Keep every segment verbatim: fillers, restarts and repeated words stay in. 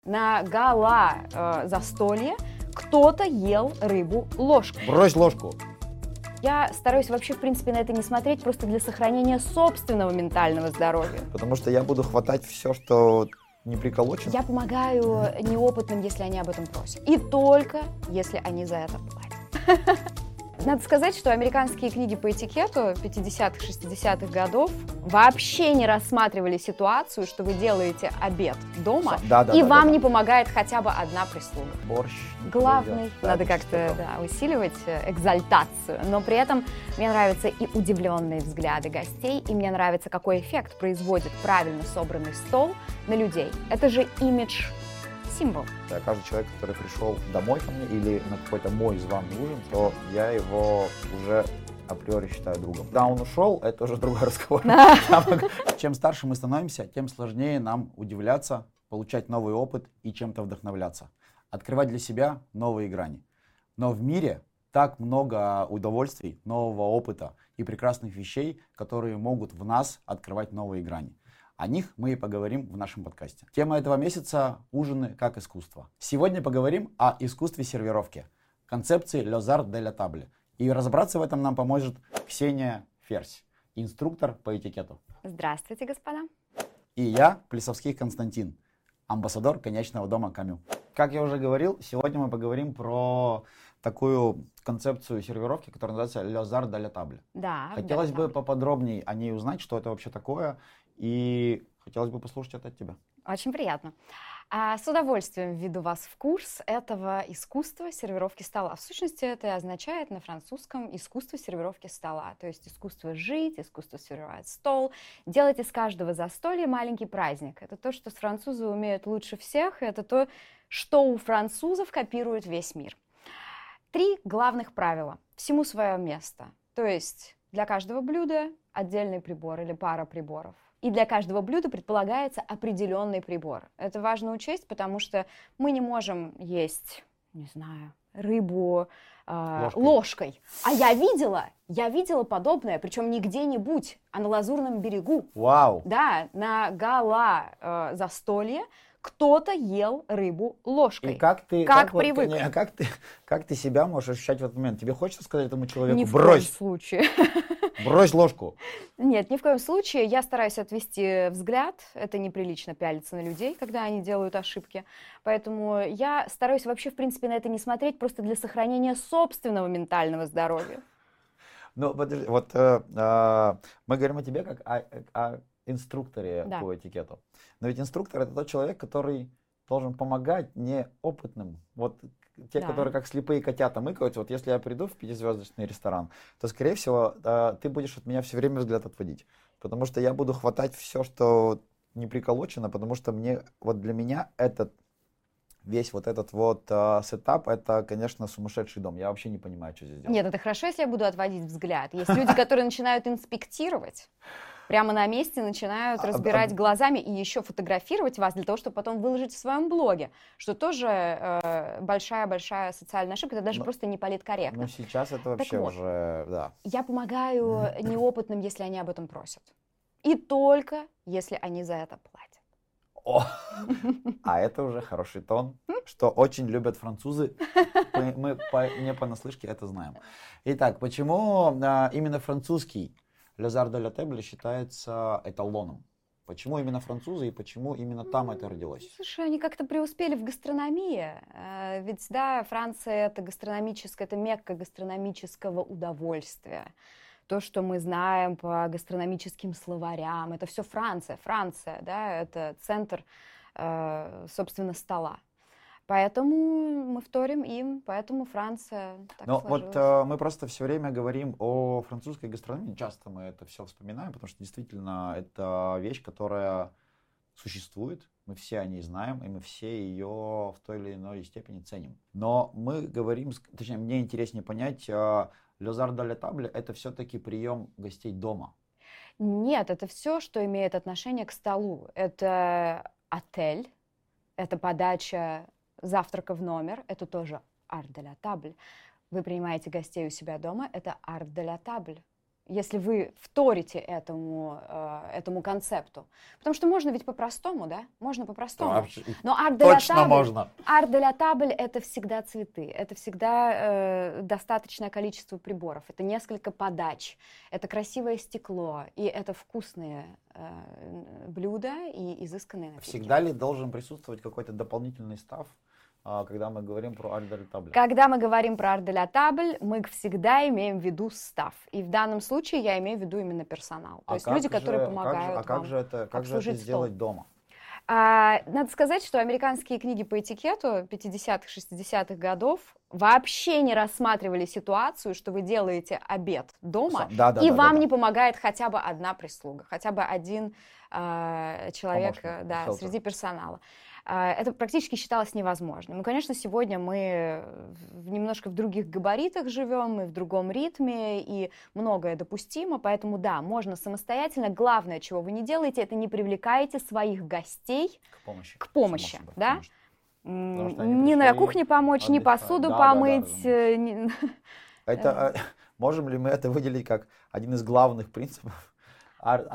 На гала э, застолье кто-то ел рыбу ложкой. Брось ложку. Я стараюсь вообще, в принципе, на это не смотреть, просто для сохранения собственного ментального здоровья. Потому что я буду хватать все, что не приколочено. Я помогаю неопытным, если они об этом просят. И только, если они за это платят. Надо сказать, что американские книги по этикету пятидесятых, шестидесятых годов вообще не рассматривали ситуацию, что вы делаете обед дома, да, да, и да, вам да, не да. помогает хотя бы одна прислуга. Борщ. Главный, Да, надо это как-то что-то. да, усиливать экзальтацию, но при этом мне нравятся и удивленные взгляды гостей, и мне нравится, какой эффект производит правильно собранный стол на людей. Это же имидж. Символ. Да, каждый человек, который пришел домой ко мне или на какой-то мой званый ужин, то я его уже априори считаю другом. Когда он ушел, это уже другой разговор. Чем старше мы становимся, тем сложнее нам удивляться, получать новый опыт и чем-то вдохновляться. Открывать для себя новые грани. Но в мире так много удовольствий, нового опыта и прекрасных вещей, которые могут в нас открывать новые грани. О них мы и поговорим в нашем подкасте. Тема этого месяца – ужины как искусство. Сегодня поговорим о искусстве сервировки, концепции «Les arts de la table». И разобраться в этом нам поможет Ксения Ферзь, инструктор по этикету. Здравствуйте, господа. И я, Плесовский Константин, амбассадор коньячного дома Камю. Как я уже говорил, сегодня мы поговорим про такую концепцию сервировки, которая называется «Les arts de la table». Да. Хотелось да, бы да. поподробнее о ней узнать, что это вообще такое, и хотелось бы послушать это от тебя. Очень приятно. А, с удовольствием введу вас в курс этого искусства сервировки стола. В сущности, это и означает на французском искусство сервировки стола. То есть искусство жить, искусство сервировать стол, делать из каждого застолья маленький праздник. Это то, что французы умеют лучше всех, и это то, что у французов копирует весь мир. Три главных правила. Всему свое место. То есть для каждого блюда отдельный прибор или пара приборов. И для каждого блюда предполагается определенный прибор. Это важно учесть, потому что мы не можем есть, не знаю, рыбу э, Ложкой. ложкой. А я видела, я видела подобное, причем не где-нибудь, а на Лазурном берегу. Вау! Да, на гала э, застолье кто-то ел рыбу ложкой. И как ты, Как вот, привык. не, как ты, как ты себя можешь ощущать в этот момент? Тебе хочется сказать этому человеку: Ни в коем брось, случае. брось ложку? Нет, ни в коем случае. Я стараюсь отвести взгляд. Это неприлично пялиться на людей, когда они делают ошибки. Поэтому я стараюсь вообще, в принципе, на это не смотреть, просто для сохранения собственного ментального здоровья. Ну, подожди, вот э, э, мы говорим о тебе как о, о инструкторе Да. по этикету. Но ведь инструктор — это тот человек, который должен помогать неопытным. Вот те, Да. которые как слепые котята мыкаются. Вот если я приду в пятизвездочный ресторан, то, скорее всего, э, ты будешь от меня все время взгляд отводить. Потому что я буду хватать все, что не приколочено, потому что мне, вот для меня этот, весь вот этот вот э, сетап, это, конечно, сумасшедший дом. Я вообще не понимаю, что здесь делать. Нет, это хорошо, если я буду отводить взгляд. Есть люди, которые начинают инспектировать. Прямо на месте начинают А, разбирать а, глазами и еще фотографировать вас для того, чтобы потом выложить в своем блоге, что тоже э, большая-большая социальная ошибка, это даже Ну, просто не политкорректно. Ну, сейчас это вообще вот. уже, да. Я помогаю неопытным, если они об этом просят. И только, если они за это платят. О, а это уже хороший тон, что очень любят французы. Мы, мы по, не понаслышке это знаем. Итак, почему а, именно французский Les arts de la table считается эталоном? Почему именно французы и почему именно там это родилось? Слушай, они как-то преуспели в гастрономии. Э, Ведь, да, Франция — это гастрономическая, это мекка гастрономического удовольствия. То, что мы знаем по гастрономическим словарям, это все Франция. Франция, да, это центр, э, собственно, стола. Поэтому мы вторим им, поэтому Франция так Но сложилась. вот э, мы просто все время говорим о французской гастрономии, часто мы это все вспоминаем, потому что действительно это вещь, которая существует, мы все о ней знаем, и мы все ее в той или иной степени ценим. Но мы говорим, точнее, мне интереснее понять, э, Les arts de la table — это все-таки прием гостей дома. Нет, это все, что имеет отношение к столу. Это отель, это подача завтрака в номер, это тоже art de la table. Вы принимаете гостей у себя дома, это art de la table. если вы вторите этому, э, этому концепту. Потому что можно ведь по-простому, да? Можно по-простому. Да, вообще, Но арт де ля точно табль, можно. арт де ля табль — это всегда цветы, это всегда э, достаточное количество приборов, это несколько подач, это красивое стекло, и это вкусные э, блюда и изысканные напитки. Всегда ли должен присутствовать какой-то дополнительный став, когда мы говорим про арт де ля табль? Когда мы говорим про арт де ля табль, мы всегда имеем в виду став. И в данном случае я имею в виду именно персонал. То а есть люди, же, которые помогают как же, а как же это, как же это сделать стол. дома? А, надо сказать, что американские книги по этикету пятидесятых, шестидесятых годов вообще не рассматривали ситуацию, что вы делаете обед дома, да, да, и да, вам да, да. не помогает хотя бы одна прислуга, хотя бы один э, человек Помощник, да, helper. среди персонала. Это практически считалось невозможным. Ну, конечно, сегодня мы немножко в других габаритах живем, мы в другом ритме, и многое допустимо, поэтому да, можно самостоятельно. Главное, чего вы не делаете, это не привлекаете своих гостей к помощи, к помощи, да? Ни на кухне помочь, ни посуду да, помыть. Да, да, ни... Это, можем ли мы это выделить как один из главных принципов арт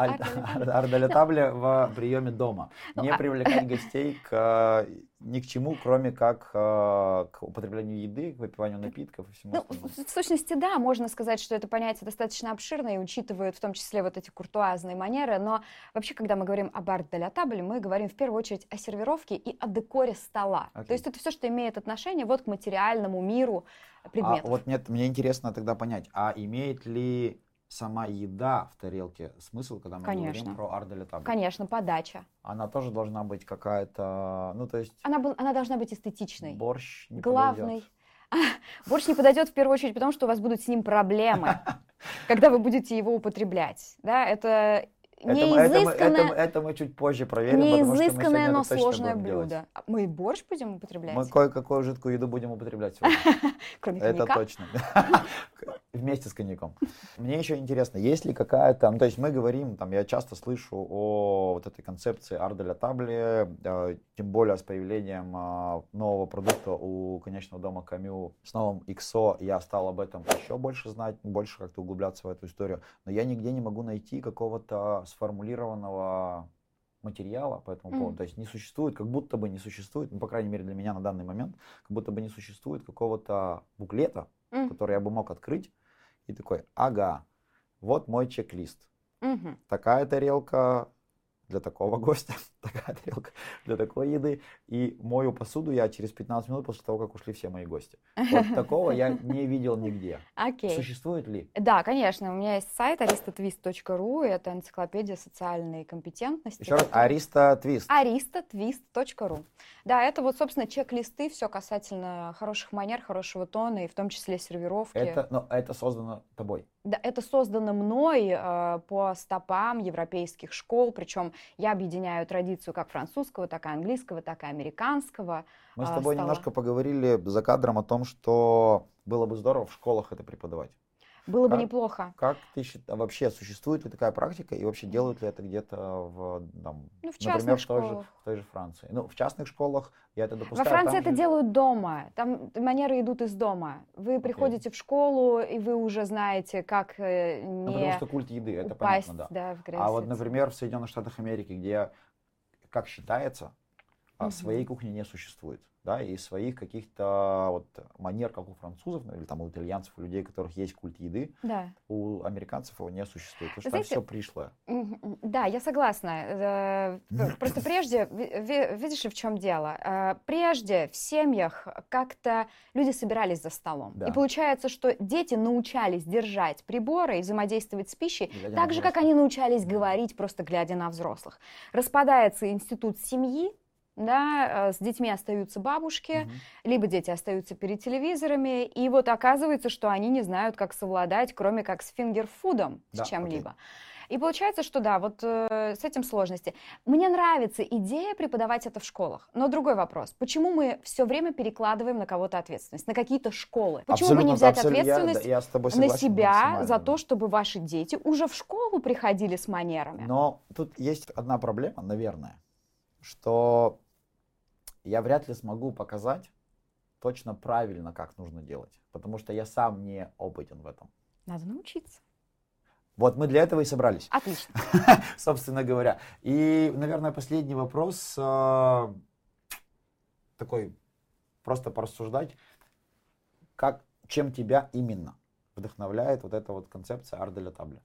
де ля табль в приеме дома? Не привлекать гостей к, ни к чему, кроме как к употреблению еды, к выпиванию напитков и всему ну, остальному. В сущности, да, можно сказать, что это понятие достаточно обширное и учитывает в том числе вот эти куртуазные манеры, но вообще, когда мы говорим об арт де ля табль, мы говорим в первую очередь о сервировке и о декоре стола. Okay. То есть это все, что имеет отношение вот к материальному миру предметов. А вот нет, мне интересно тогда понять, а имеет ли сама еда в тарелке смысл, когда мы Конечно. говорим про арт де ля табль? Конечно, подача. Она тоже должна быть какая-то, ну то есть... Она, она должна быть эстетичной. Борщ не Главный. подойдет. Борщ не подойдет в первую очередь, потому что у вас будут с ним проблемы, когда вы будете его употреблять. Да, это неизысканное, это, это, это мы чуть позже проверим, неизысканное, но сложное блюдо. Делать. Мы борщ будем употреблять? Мы кое-какую жидкую еду будем употреблять сегодня. Кроме коньяка? Это точно. Вместе с коньяком. Мне еще интересно, есть ли какая-то, ну то есть мы говорим, там, я часто слышу о вот этой концепции арт де ля табль, э, тем более с появлением э, нового продукта у конечного дома Камю, с новым икс о, я стал об этом еще больше знать, больше как-то углубляться в эту историю, но я нигде не могу найти какого-то сформулированного материала по этому поводу. Mm. То есть не существует, как будто бы не существует, ну, по крайней мере для меня на данный момент, как будто бы не существует какого-то буклета, mm. который я бы мог открыть и такой, ага, вот мой чек-лист. Mm-hmm. Такая тарелка для такого гостя, такая тарелка для такой еды. И мою посуду я через пятнадцать минут после того, как ушли все мои гости. Вот такого я не видел нигде. Okay. Существует ли? Да, конечно. У меня есть сайт аристотвист точка ру, это энциклопедия социальной компетентности. Еще раз, аристотвист. аристотвист точка ру. Да, это вот, собственно, чек-листы, все касательно хороших манер, хорошего тона, и в том числе сервировки. Это, но это создано тобой? Да, это создано мной э, по стопам европейских школ, причем я объединяю традицию как французского, так и английского, так и американского. Мы с тобой стола. немножко поговорили за кадром о том, что было бы здорово в школах это преподавать. Было как, бы неплохо. Как ты считаешь, вообще существует ли такая практика и вообще делают ли это где-то в, там, ну, в например, в той, же, в той же Франции? Ну, в частных школах я это допускаю. Во Франции это же... делают дома, там манеры идут из дома. Вы okay. приходите в школу, и вы уже знаете, как не ну, потому что культ еды, это упасть, понятно, да. да, в грязь. А вот, например, в Соединенных Штатах Америки, где, как считается, mm-hmm. своей кухни не существует. Да, и своих каких-то вот манер, как у французов, ну, или там у итальянцев, у людей, у которых есть культ еды, да. У американцев его не существует, потому что знаете, там все пришло. Да, я согласна. Просто прежде, видишь, в чем дело? Прежде в семьях как-то люди собирались за столом. Да. И получается, что дети научались держать приборы и взаимодействовать с пищей, глядя так же, как они научались говорить, просто глядя на взрослых. Распадается институт семьи, да, с детьми остаются бабушки, mm-hmm. либо дети остаются перед телевизорами, и вот оказывается, что они не знают, как совладать, кроме как с фингерфудом, да, с чем-либо. Okay. И получается, что да, вот э, с этим сложности. Мне нравится идея преподавать это в школах, но другой вопрос, почему мы все время перекладываем на кого-то ответственность, на какие-то школы? Почему абсолютно, бы не взять ответственность я, да, я на себя за то, чтобы ваши дети уже в школу приходили с манерами? Но тут есть одна проблема, наверное, что... я вряд ли смогу показать точно правильно, как нужно делать, потому что я сам не опытен в этом. Надо научиться. Вот мы для этого и собрались. Отлично. Собственно говоря. И, наверное, последний вопрос, э, такой, просто порассуждать, как, чем тебя именно вдохновляет вот эта вот концепция Art de la Table?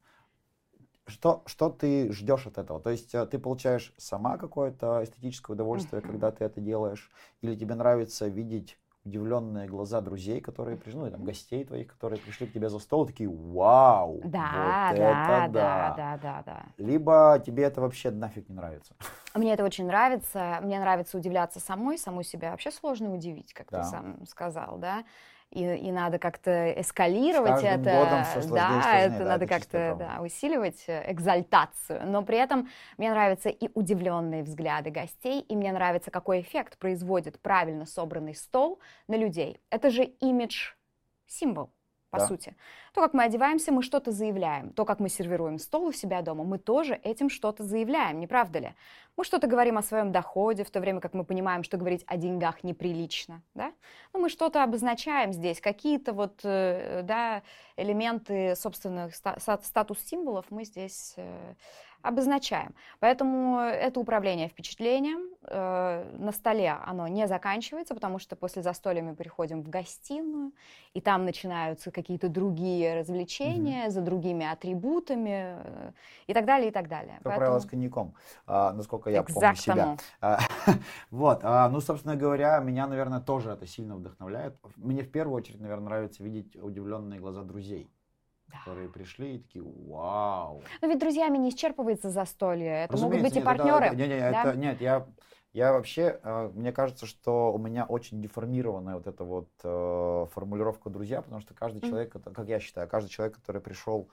Что, что ты ждешь от этого? То есть э, ты получаешь сама какое-то эстетическое удовольствие, mm-hmm. когда ты это делаешь? Или тебе нравится видеть удивленные глаза друзей, которые пришли, ну, и там, гостей твоих, которые пришли к тебе за стол, такие, вау, да, вот да, это да. да, да, да, да. Либо тебе это вообще нафиг не нравится? Мне это очень нравится. Мне нравится удивляться самой, саму себя вообще сложно удивить, как да. ты сам сказал, да. И, и надо как-то эскалировать С каждым это, годом все сложнее, да, сложнее, это да, надо это как-то да, усиливать экзальтацию. Но при этом мне нравятся и удивленные взгляды гостей, и мне нравится, какой эффект производит правильно собранный стол на людей. Это же имидж-символ, по да. сути. То, как мы одеваемся, мы что-то заявляем. То, как мы сервируем стол у себя дома, мы тоже этим что-то заявляем, не правда ли? Мы что-то говорим о своем доходе, в то время как мы понимаем, что говорить о деньгах неприлично, да? Ну, мы что-то обозначаем здесь, какие-то вот, да, элементы собственных статус-символов мы здесь обозначаем. Поэтому это управление впечатлением. На столе оно не заканчивается, потому что после застолья мы приходим в гостиную, и там начинаются какие-то другие развлечения, mm-hmm. за другими атрибутами и так далее, и так далее. Как правило, с коньяком, а, насколько я Экзактому. помню себя. А, вот, а, ну, собственно говоря, меня, наверное, тоже это сильно вдохновляет. Мне в первую очередь, наверное, нравится видеть удивленные глаза друзей, да. которые пришли и такие, вау. Но ведь друзьями не исчерпывается застолье, это Разумеется, могут быть нет, и партнеры. Это, это, не, не, да? это, нет, я... Я вообще, э, мне кажется, что у меня очень деформированная вот эта вот э, формулировка «друзья», потому что каждый mm-hmm. человек, как я считаю, каждый человек, который пришел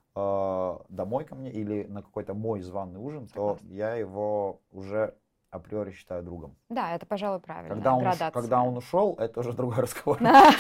э, домой ко мне или на какой-то мой званый ужин, то Согласна. Я его уже априори считаю другом. Да, это, пожалуй, правильно. Когда он, уш, когда он ушел, это уже другой разговор.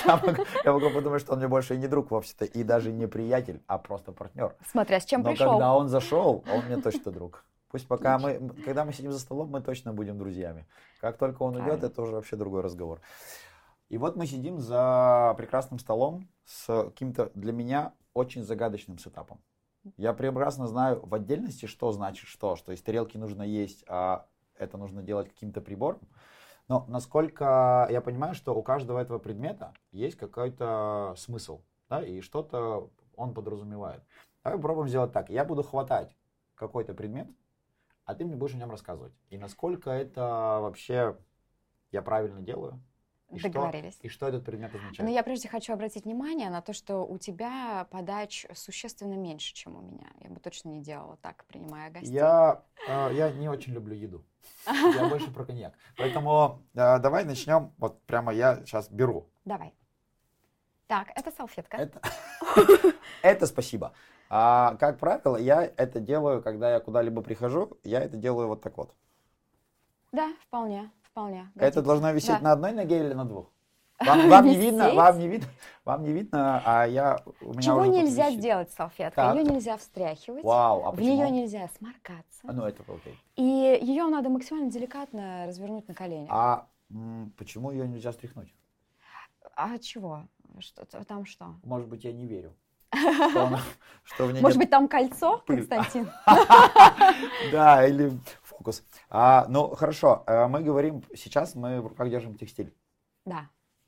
Я могу подумать, что он мне больше и не друг вовсе-то, и даже не приятель, а просто партнер. Смотря с чем пришел. Но когда он зашел, он мне точно друг. Пусть пока мы, когда мы сидим за столом, мы точно будем друзьями. Как только он уйдет, это уже вообще другой разговор. И вот мы сидим за прекрасным столом с каким-то для меня очень загадочным сетапом. Я прекрасно знаю в отдельности, что значит что, что из тарелки нужно есть, а это нужно делать каким-то прибором. Но насколько я понимаю, что у каждого этого предмета есть какой-то смысл, да, и что-то он подразумевает. Давай попробуем сделать так. Я буду хватать какой-то предмет, а ты мне будешь о нем рассказывать. И насколько это вообще я правильно делаю. И Договорились. Что, и что этот предмет означает. Но я прежде хочу обратить внимание на то, что у тебя подач существенно меньше, чем у меня. Я бы точно не делала так, принимая гостей. Я, э, я не очень люблю еду. Я больше про коньяк. Поэтому э, давай начнем. Вот прямо я сейчас беру. Давай. Так, это салфетка. Это, это спасибо. А, как правило, я это делаю, когда я куда-либо прихожу, я это делаю вот так вот. Да, вполне, вполне. Годится. Это должно висеть да. на одной ноге или на двух? Вам, вам не видно, вам не видно, вам не видно, а я у меня Чего уже нельзя сделать с салфеткой? Так. Ее нельзя встряхивать, Вау, а в почему? нее нельзя сморкаться. А, ну это окей. И ее надо максимально деликатно развернуть на коленях. А м, почему ее нельзя стряхнуть? А чего? Что, там что? Может быть, я не верю. Что она, что в ней Может нет... быть, там кольцо, Константин? Да, или фокус. А, ну, хорошо, мы говорим, сейчас мы в руках держим текстиль. Да.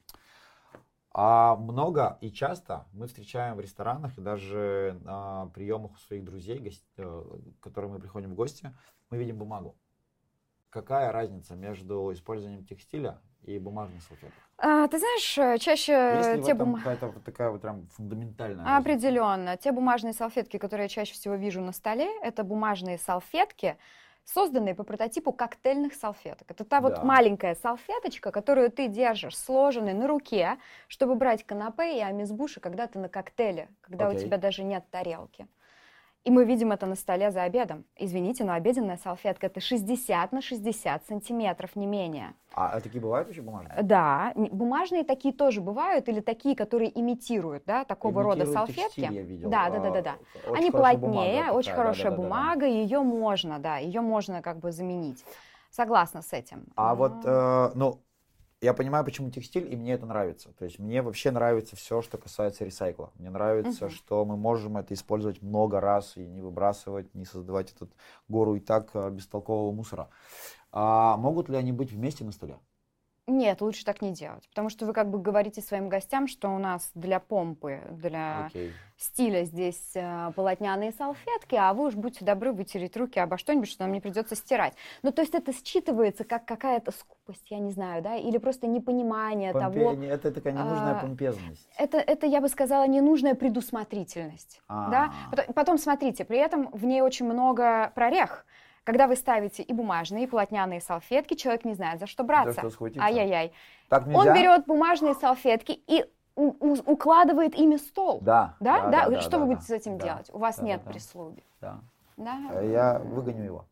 А много и часто мы встречаем в ресторанах и даже на приемах у своих друзей, гость, к которым мы приходим в гости, мы видим бумагу. Какая разница между использованием текстиля и бумажных салфеток? А, ты знаешь, чаще Есть те ли бум... какая-то вот такая вот прям фундаментальная Определенно. Разница? Те бумажные салфетки, которые я чаще всего вижу на столе, это бумажные салфетки, созданные по прототипу коктейльных салфеток. Это та да. вот маленькая салфеточка, которую ты держишь сложенной на руке, чтобы брать канапе и амисбуши, когда ты на коктейле, когда okay. у тебя даже нет тарелки. И мы видим это на столе за обедом. Извините, но обеденная салфетка — это шестьдесят на шестьдесят сантиметров, не менее. А, а такие бывают вообще бумажные? Да, бумажные такие тоже бывают, или такие, которые имитируют, да, такого имитируют рода салфетки. Текстиль, я видел. Да, да, да, да, да. Очень Они плотнее, бумага, очень такая, хорошая да, да, бумага, да, да. ее можно, да, ее можно как бы заменить. Согласна с этим. А но... вот, э, ну, я понимаю, почему текстиль, и мне это нравится. То есть мне вообще нравится все, что касается ресайкла. Мне нравится, uh-huh. что мы можем это использовать много раз и не выбрасывать, не создавать эту гору и так бестолкового мусора. А могут ли они быть вместе на столе? Нет, лучше так не делать, потому что вы как бы говорите своим гостям, что у нас для помпы, для okay. стиля здесь э, полотняные салфетки, а вы уж будьте добры вытереть руки обо что-нибудь, что нам не придется стирать. Ну, то есть это считывается как какая-то скупость, я не знаю, да, или просто непонимание Помпе... того... Это такая ненужная э, помпезность. Это, это, я бы сказала, ненужная предусмотрительность, А-а-а. да. Потом, потом, смотрите, при этом в ней очень много прорех. Когда вы ставите и бумажные, и полотняные салфетки, человек не знает, за что браться. Ай-яй-яй. Так нельзя? Он берет бумажные салфетки и у- у- укладывает ими стол. Да. Да? да, да? да что да, вы да, будете с этим да, делать? У вас да, нет да, прислуги. Да. Да. Я выгоню его.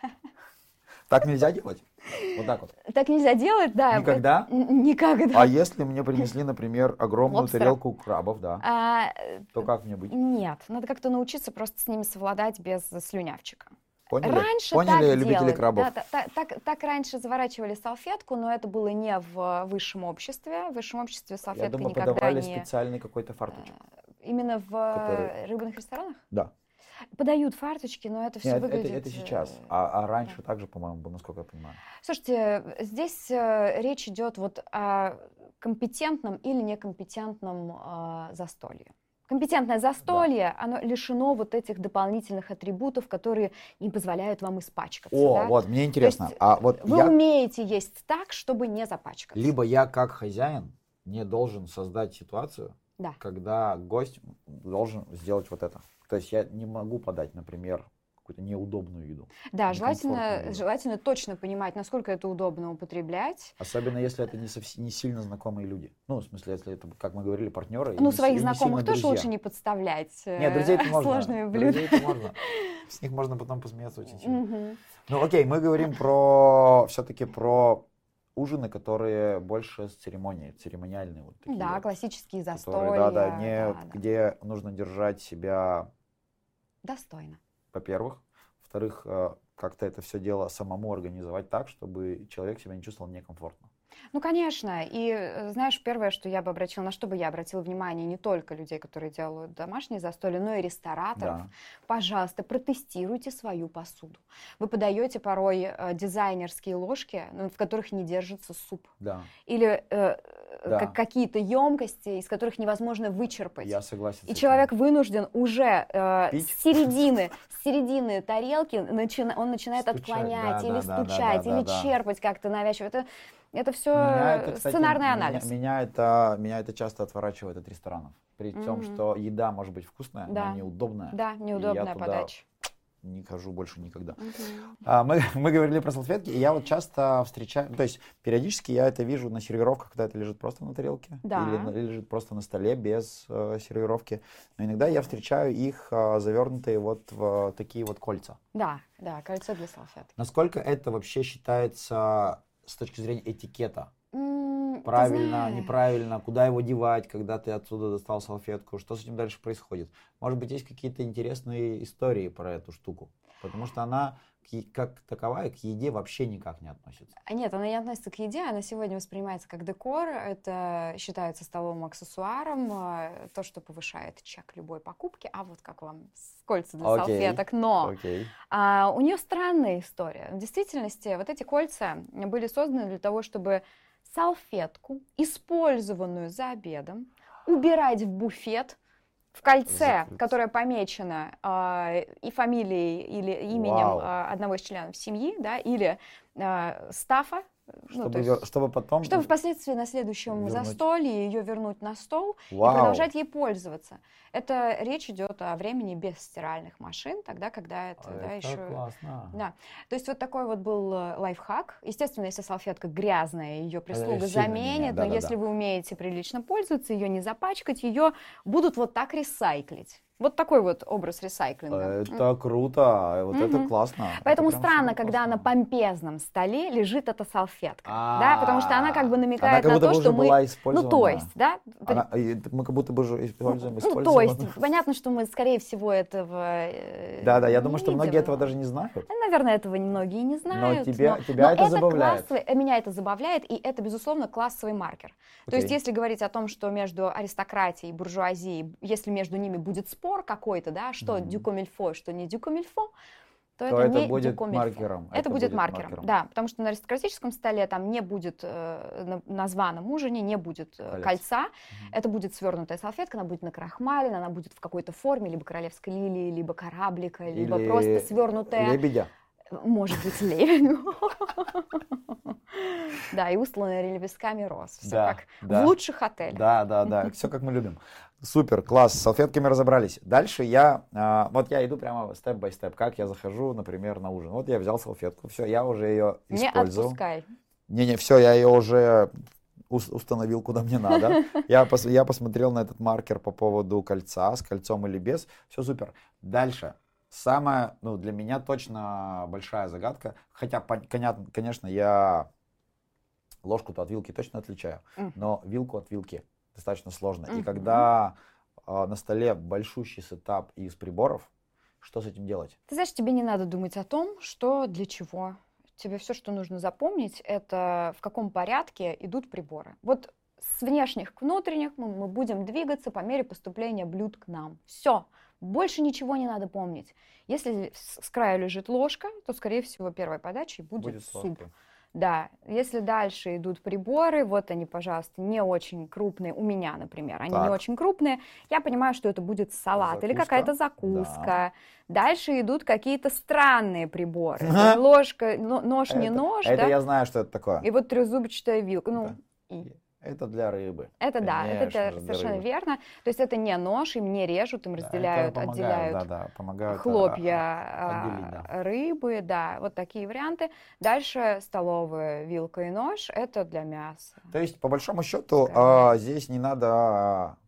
Так нельзя делать? Вот так вот. Так нельзя делать, да. Никогда? Никогда. А если мне принесли, например, огромную Лобстера. тарелку крабов, да, а, то как мне быть? Нет, надо как-то научиться просто с ними совладать без слюнявчика. Поняли? Раньше Поняли, так любители делали. крабов? Да, так, так, так раньше заворачивали салфетку, но это было не в высшем обществе. В высшем обществе салфетка Я думаю, никогда подавали не... специальный какой-то фарточек. Именно в который... рыбных ресторанах? Да. Подают фарточки, но это все Нет, выглядит... Это, это сейчас, а, а раньше да. также, по-моему, было, насколько я понимаю. Слушайте, здесь э, речь идет вот о компетентном или некомпетентном э, застолье. Компетентное застолье, да. оно лишено вот этих дополнительных атрибутов, которые не позволяют вам испачкаться. О, да? вот, мне интересно. есть, а вот вы я... умеете есть так, чтобы не запачкаться. Либо я как хозяин не должен создать ситуацию, да. когда гость должен сделать вот это. То есть я не могу подать, например, какую-то неудобную еду. Да, желательно, желательно точно понимать, насколько это удобно употреблять. Особенно если это не, совсем, не сильно знакомые люди. Ну, в смысле, если это, как мы говорили, партнеры. Ну, не, своих знакомых тоже друзья. лучше не подставлять. Нет, друзей-то можно. Сложными блюдами. Друзей-то можно. С них можно потом посмеяться очень сильно. Ну, окей, мы говорим про все-таки про ужины, которые больше с церемонией, церемониальные. Вот такие да, вот, классические которые, застолья. Да, да, не, да, где да. нужно держать себя... достойно. Во-первых. Во-вторых, как-то это все дело самому организовать так, чтобы человек себя не чувствовал некомфортно. Ну, конечно. И, знаешь, первое, что я бы обратила, на что бы я обратила внимание, не только людей, которые делают домашние застолья, но и рестораторов. Да. Пожалуйста, протестируйте свою посуду. Вы подаете порой э, дизайнерские ложки, в которых не держится суп. Да. Или э, да. как, какие-то емкости, из которых невозможно вычерпать. Я согласен. И человек вынужден уже э, с середины, с середины тарелки, начи... он начинает стучать, отклонять, да, или да, стучать, да, да, или да, черпать да. как-то навязчиво. Это, это все меня это, кстати, сценарный анализ. Меня, меня, это, меня это часто отворачивает от ресторанов. При mm-hmm. том, что еда может быть вкусная, да. но неудобная. Да, неудобная подача. Не хожу больше никогда. Uh-huh. А, мы, мы говорили про салфетки, и я вот часто встречаю, то есть периодически я это вижу на сервировках, когда это лежит просто на тарелке, да. или, или лежит просто на столе без э, сервировки. Но иногда я встречаю их э, завернутые вот в такие вот кольца. Да, да, кольцо для салфеток. Насколько это вообще считается с точки зрения этикета? Mm, Правильно, неправильно, куда его девать, когда ты отсюда достал салфетку, что с этим дальше происходит? Может быть, есть какие-то интересные истории про эту штуку? Потому что она как таковая к еде вообще никак не относится. Нет, она не относится к еде, она сегодня воспринимается как декор, это считается столовым аксессуаром, то, что повышает чек любой покупки, а вот как вам кольца для okay. салфеток, но okay. а, у нее странная история. В действительности вот эти кольца были созданы для того, чтобы салфетку, использованную за обедом, убирать в буфет, в кольце, Закрыть. которое помечено э, и фамилией или именем э, одного из членов семьи, да, или э, стафа, чтобы, ну, то есть, чтобы потом... Чтобы впоследствии на следующем вернуть. застолье ее вернуть на стол Вау. и продолжать ей пользоваться. Это речь идет о времени без стиральных машин, тогда, когда это, а да, это еще... классно. Да. То есть вот такой вот был лайфхак. Естественно, если салфетка грязная, ее прислуга заменит, да, но да, если да. вы умеете прилично пользоваться, ее не запачкать, ее будут вот так ресайклить. Вот такой вот образ ресайклинга. Это круто, вот Мгм. это классно. Поэтому Это прям странно, супер когда на классно. помпезном столе лежит эта салфетка, А, да, потому что она как бы Она намекает как на будто то, бы что уже мы, была ну использована. то есть, да, Она- и мы как будто бы уже используем, ну используем. то есть, понятно, что мы, скорее всего, этого э, Да, да, я не думаю, что видим, многие этого но- даже не знают. Наверное, этого многие не знают. тебя- но, тебя но это забавляет. классовый, э, меня это забавляет, и это, безусловно, классовый маркер. То есть, Окей. если говорить о том, что между аристократией и буржуазией, если между ними будет спор какой-то, да, что Мгм. дюкомильфо, что не дюкомильфо, то, То это, это не будет дюкомильфо. маркером. Это, Это будет будет маркером, маркером. да, потому что на аристократическом столе там не будет, э, на, на званом ужине не будет э, Колец. кольца, Мгм. это будет свернутая салфетка, она будет накрахмалена, она будет в какой-то форме, либо королевской лилии, либо кораблика, либо Или просто свернутая. Лебедя. Может быть, лебедь. Да, и устланная лепестками роз. Все Да, как да. в лучших отелях. Да, да, да, все как мы любим. Супер, класс, с салфетками разобрались. Дальше я, а, вот я иду прямо степ-бай-степ, как я захожу, например, на ужин. Вот я взял салфетку, все, я уже ее Не использовал. отпускай. Не-не, все, я ее уже ус- установил, куда мне надо. Я, пос- я посмотрел на этот маркер по поводу кольца, с кольцом или без. Все супер. Дальше. Самая, ну, для меня точно большая загадка. Хотя, пон- коня- конечно, я ложку-то от вилки точно отличаю, Мгм. но вилку от вилки достаточно сложно. И Мгм. когда а, на столе большущий сетап из приборов, что с этим делать? Ты знаешь, тебе не надо думать о том, что для чего. Тебе все, что нужно запомнить, это в каком порядке идут приборы. Вот с внешних к внутренних мы, мы будем двигаться по мере поступления блюд к нам. Все. Больше ничего не надо помнить. Если с с краю лежит ложка, то, скорее всего, первой подачей будет, Будет с суп. ложкой. Да, если дальше идут приборы, вот они, пожалуйста, не очень крупные, у меня, например, они не Так. очень крупные, я понимаю, что это будет салат или Закуска. какая-то закуска. Дальше идут какие-то странные приборы. То есть ложка, но- нож не Это- нож, Это да, я знаю, что это такое. и вот трезубчатая вилка. Ну, и. Это для рыбы. Это да, это Конечно для- же, для совершенно рыбы. верно. То есть это не нож, им не режут, им Да, это разделяют, помогают, отделяют Да, да, помогают. а, хлопья а, отделить, да. а, рыбы, да, вот такие варианты. Дальше столовая вилка и нож, это для мяса. То есть, по большому счету, Скажем. а, здесь не надо а,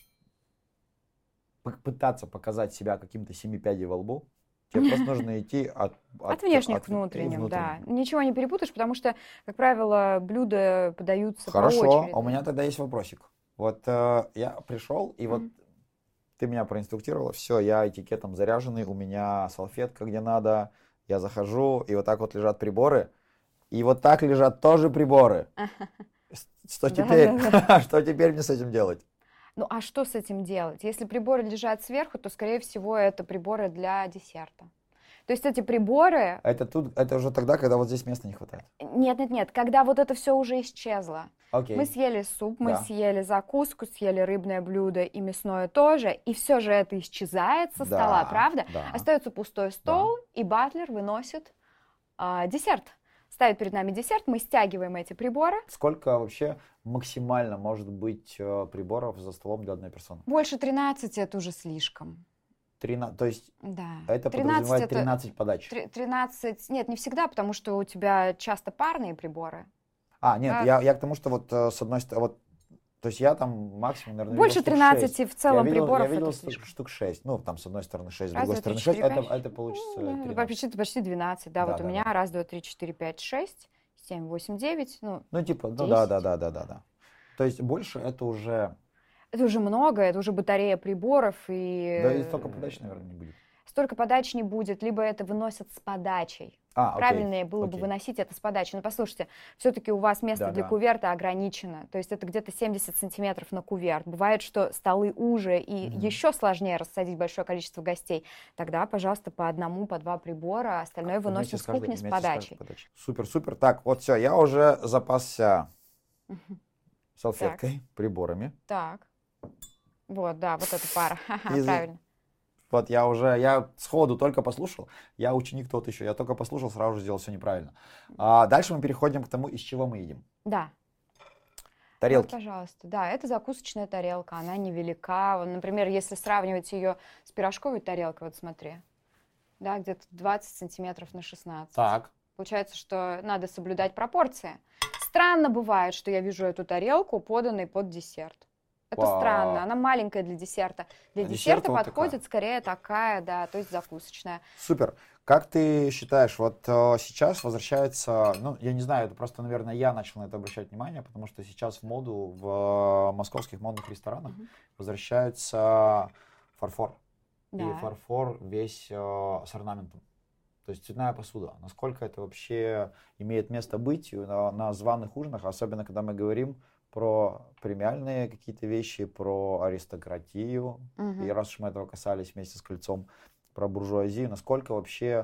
п- пытаться показать себя каким-то семипядей во лбу. Тебе просто нужно идти от, От внешних от- к внутренним, и да. Ничего не перепутаешь, потому что, как правило, блюда подаются по Хорошо, очереди. а у меня тогда есть вопросик. Вот э, я пришел, и вот Мгм. ты меня проинструктировала, все, я этикетом заряженный, у меня салфетка где надо, я захожу, и вот так вот лежат приборы, и вот так лежат тоже приборы. С- Что Да, теперь? да, Что теперь мне с этим делать? Ну а что с этим делать? Если приборы лежат сверху, то, скорее всего, это приборы для десерта. То есть эти приборы... Это тут, это уже тогда, когда вот здесь места не хватает. Нет, нет, нет, когда вот это все уже исчезло. Окей. Мы съели суп, мы Да. съели закуску, съели рыбное блюдо и мясное тоже, и все же это исчезает со Да, стола, правда? да. Остается пустой стол, и батлер выносит а, десерт. Ставит перед нами десерт, мы стягиваем эти приборы. Сколько вообще максимально может быть э, приборов за столом для одной персоны? Больше тринадцати это уже слишком. тринадцать, то есть Да. это тринадцать подразумевает это- тринадцать подач. Три- тринадцать, нет, не всегда, потому что у тебя часто парные приборы. А, нет, Да. я, я к тому, что вот э, с одной стороны, вот, то есть я там максимум, наверное, Больше видел штук тринадцати шесть. в целом я видел, приборов Я видел это штук, слишком. штук шесть. Ну, там с одной стороны шесть, с Раз, другой два, три, стороны шесть. четыре, Это, пять. это получится Ну, тринадцать. почти, почти двенадцать, да, Да, вот да, у меня да. раз, два, три, четыре, пять, шесть, семь, восемь, девять, ну, Ну, типа, ну десять. да, да, да, да, да, да. То есть больше это уже, это уже много, это уже батарея приборов, и... да и столько подач, наверное, не будет. Столько подач не будет, либо это выносят с подачей. А, окей, Правильнее было бы окей. выносить это с подачей. Но послушайте, все-таки у вас место Да, для да. куверта ограничено. То есть это где-то семьдесят сантиметров на куверт. Бывает, что столы уже и Мгм. еще сложнее рассадить большое количество гостей. Тогда, пожалуйста, по одному, по два прибора, остальное Вместе выносим с каждой- кухни с вместе каждой подачей. подачей. Супер, супер. Так, вот все, я уже запасся Мгм. салфеткой, приборами. Так. Вот, да, вот эта пара. Ха-ха, Из- правильно. Вот я уже, я сходу только послушал, я ученик тот еще, я только послушал, сразу же сделал все неправильно. А дальше мы переходим к тому, из чего мы едим. Да. Тарелки. Вот, пожалуйста. Да, это закусочная тарелка, она невелика. Вот, например, если сравнивать ее с пирожковой тарелкой, вот смотри, да, где-то двадцать сантиметров на шестнадцать. Так. Получается, что надо соблюдать пропорции. Странно бывает, что я вижу эту тарелку, поданной под десерт. Это это странно. Она маленькая для десерта. Для а десерта вот подходит такая. скорее такая, да, то есть закусочная. Супер. Как ты считаешь, вот э, сейчас возвращается, ну, я не знаю, это просто, наверное, я начал на это обращать внимание, потому что сейчас в моду в э, московских модных ресторанах mm-hmm. возвращается фарфор. Да. И фарфор весь э, с орнаментом. То есть цветная посуда. Насколько это вообще имеет место быть на, на званых ужинах, особенно когда мы говорим про премиальные какие-то вещи, про аристократию. Mm-hmm. И раз уж мы этого касались вместе с кольцом, про буржуазию, насколько вообще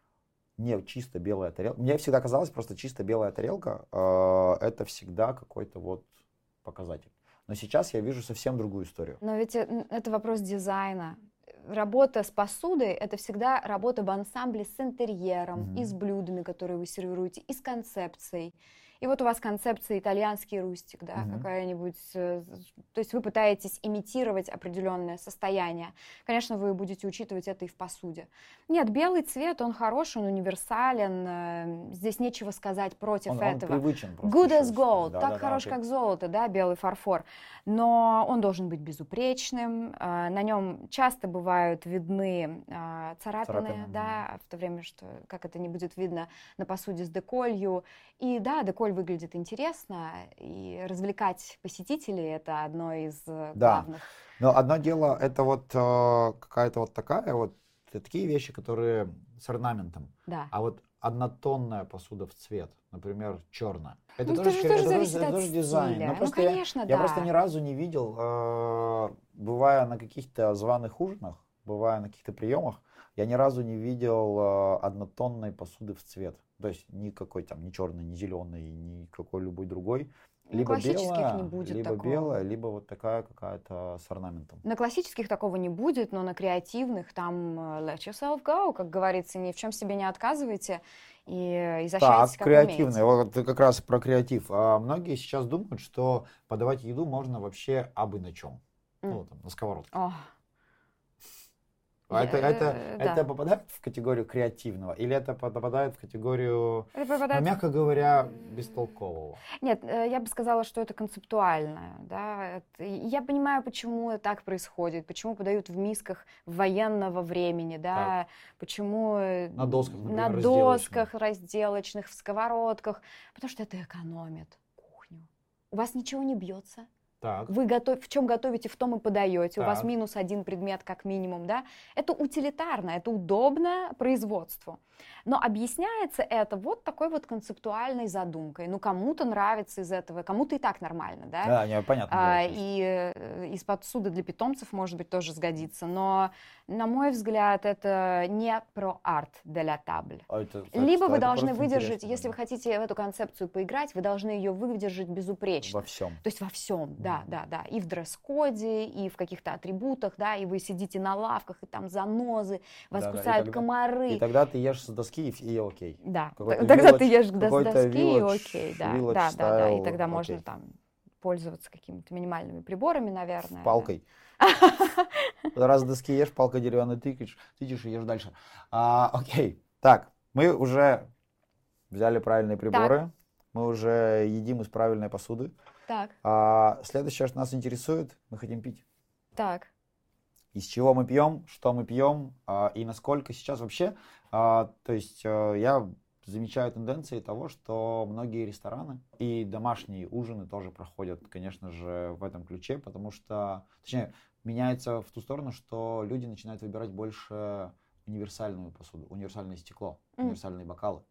не чисто белая тарелка. Мне всегда казалось, просто чисто белая тарелка э, это всегда какой-то вот показатель. Но сейчас я вижу совсем другую историю. Но ведь это вопрос дизайна. Работа с посудой — это всегда работа в ансамбле с интерьером, mm-hmm. и с блюдами, которые вы сервируете, и с концепцией. И вот у вас концепция итальянский рустик, да, mm-hmm. какая-нибудь, то есть вы пытаетесь имитировать определенное состояние. Конечно, вы будете учитывать это и в посуде. Нет, белый цвет, он хороший, он универсален, здесь нечего сказать против он, этого. Он привычен просто. Good as gold, да, так да, хорош, да, как золото, да, белый фарфор. Но он должен быть безупречным, на нем часто бывают видны царапины, царапины. Да, в то время, что, как это не будет видно на посуде с деколью. И да, деколь выглядит интересно, и развлекать посетителей — это одно из да. главных. Но одно дело, это вот э, какая-то вот такая вот, такие вещи, которые с орнаментом. Да. А вот однотонная посуда в цвет, например, черная. Это ну, тоже, тоже, это тоже, тоже, это тоже тоже дизайн. Ну, просто конечно, я, да. я просто ни разу не видел, э, бывая на каких-то званых ужинах, бывая на каких-то приемах, я ни разу не видел э, однотонной посуды в цвет. То есть никакой там, ни черный, ни зеленый, ни какой любой другой. Либо белая, не будет либо такого. белая, либо вот такая какая-то с орнаментом. На классических такого не будет, но на креативных там let yourself go, как говорится, ни в чем себе не отказывайте и изощряйтесь, так, как креативные, умеете. вот как раз про креатив. А многие сейчас думают, что подавать еду можно вообще абы на чем. Mm. Ну, там, на сковородке. Oh. А Я, это, это, да. это попадает в категорию креативного или это попадает в категорию, это попадает... ну, мягко говоря, бестолкового? Нет, я бы сказала, что это концептуально. Да? Я понимаю, почему так происходит, почему подают в мисках военного времени, да? Почему на досках, например, на досках разделочных, в сковородках, потому что это экономит кухню. У вас ничего не бьется. Так. Вы готов... в чем готовите, в том и подаете. Так. У вас минус один предмет как минимум, да? Это утилитарно, это удобно производству. Но объясняется это вот такой вот концептуальной задумкой. Ну, кому-то нравится из этого, кому-то и так нормально, да? Да, не, понятно. А, и из посуды для питомцев, может быть, тоже сгодится. Но, на мой взгляд, это не про арт de la table. А это, это, Либо это, вы это должны выдержать, интересно, если да. вы хотите в эту концепцию поиграть, вы должны ее выдержать безупречно. Во всем. То есть во всем, да, да, да. И в дресс-коде, и в каких-то атрибутах, да, и вы сидите на лавках, и там занозы, вас да, кусают да. И тогда, комары. И тогда ты ешь с доски, и, и окей. Да, Какой-то тогда village, ты ешь с доски, village, и окей, да, village да, да, да, и style, тогда окей. можно там пользоваться какими-то минимальными приборами, наверное. Палкой. Раз с доски ешь, палкой деревянной тыкаешь, тычешь и ешь дальше. А, окей, так, мы уже взяли правильные приборы, так. мы уже едим из правильной посуды. Так. А, следующее, что нас интересует, мы хотим пить. Так. Из чего мы пьем, что мы пьем, а, и насколько сейчас вообще, а, то есть а, я замечаю тенденции того, что многие рестораны и домашние ужины тоже проходят, конечно же, в этом ключе, потому что, точнее, меняется в ту сторону, что люди начинают выбирать больше универсальную посуду, универсальное стекло, mm. универсальные бокалы.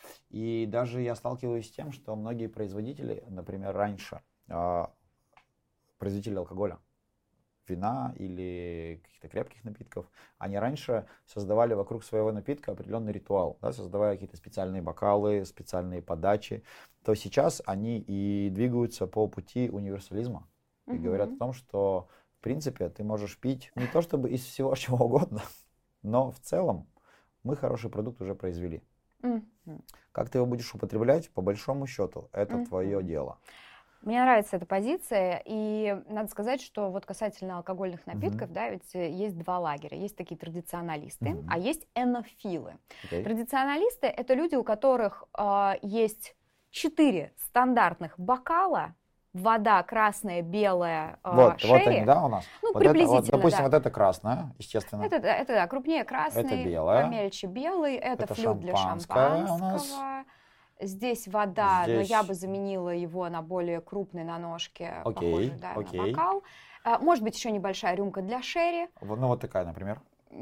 И даже я сталкиваюсь с тем, что многие производители, например, раньше, э, производители алкоголя, вина или каких-то крепких напитков, они раньше создавали вокруг своего напитка определенный ритуал, да, создавая какие-то специальные бокалы, специальные подачи, то сейчас они и двигаются по пути универсализма и mm-hmm. говорят о том, что в принципе ты можешь пить не то чтобы из всего чего угодно, но в целом мы хороший продукт уже произвели. Mm-hmm. Как ты его будешь употреблять, по большому счету, это mm-hmm. твое дело. Мне нравится эта позиция, и надо сказать, что вот касательно алкогольных напитков, mm-hmm. да, ведь есть два лагеря. Есть такие традиционалисты, mm-hmm. а есть энофилы. Okay. Традиционалисты — это люди, у которых э, есть четыре стандартных бокала вода красная, белая, э, Вот, шерри. вот они, да, у нас? Ну, вот приблизительно, это, вот, допустим, да. вот это красное, естественно. Это, это да, крупнее красный, это белое. помельче белый, это, это флют для шампанское шампанского. У нас. Здесь вода, Здесь... но я бы заменила его на более крупный на ножке, окей, похожий да, окей. на бокал. Может быть, еще небольшая рюмка для шерри. Ну, вот такая, например.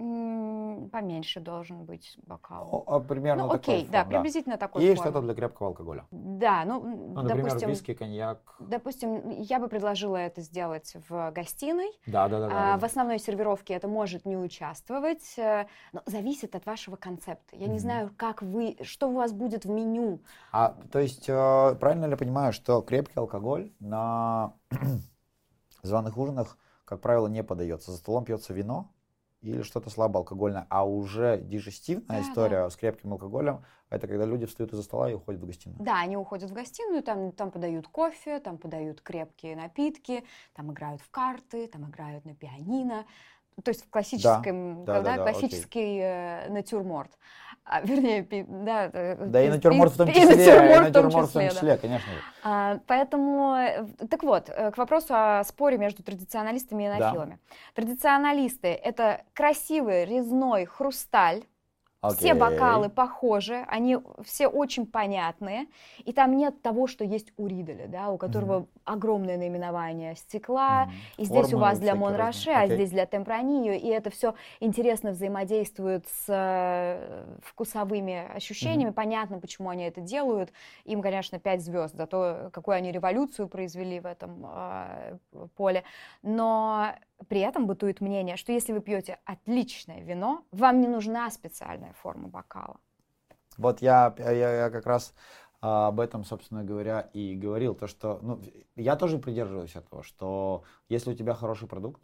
Поменьше должен быть бокал. Ну, примерно ну, такой окей, форм, да, да, приблизительно такой И формы. что-то для крепкого алкоголя. Да, ну, ну например, допустим, виски, коньяк. Допустим, я бы предложила это сделать в гостиной. Да, да, да. да а, в основной сервировке это может не участвовать, но зависит от вашего концепта. Я mm-hmm. не знаю, как вы, что у вас будет в меню. А, то есть, э, правильно ли я понимаю, что крепкий алкоголь на званых ужинах, как правило, не подается? За столом пьется вино или что-то слабоалкогольное, а уже дижестивная да, история да. с крепким алкоголем, это когда люди встают из-за стола и уходят в гостиную. Да, они уходят в гостиную, там, там подают кофе, там подают крепкие напитки, там играют в карты, там играют на пианино. То есть в классическом, да, когда да, да, классический э, натюрморт. А, вернее, пи, да. Да и натюрморт в том числе, и натюрморт, и натюрморт в том числе, да. конечно же. А, поэтому, так вот, к вопросу о споре между традиционалистами и энофилами. Да. Традиционалисты — это красивый резной хрусталь. Okay. Все бокалы похожи, они все очень понятные, и там нет того, что есть у Риделя, да, у которого mm-hmm. огромное наименование стекла, mm-hmm. и здесь Формы у вас для Монраше, okay. а здесь для Темпранио, и это все интересно взаимодействует с э, вкусовыми ощущениями, mm-hmm. понятно, почему они это делают, им, конечно, пять звезд за то, какую они революцию произвели в этом э, поле, но при этом бытует мнение, что если вы пьете отличное вино, вам не нужна специальная форма бокала. Вот я, я, я как раз а, об этом, собственно говоря, и говорил. То, что, ну, я тоже придерживаюсь этого, что если у тебя хороший продукт,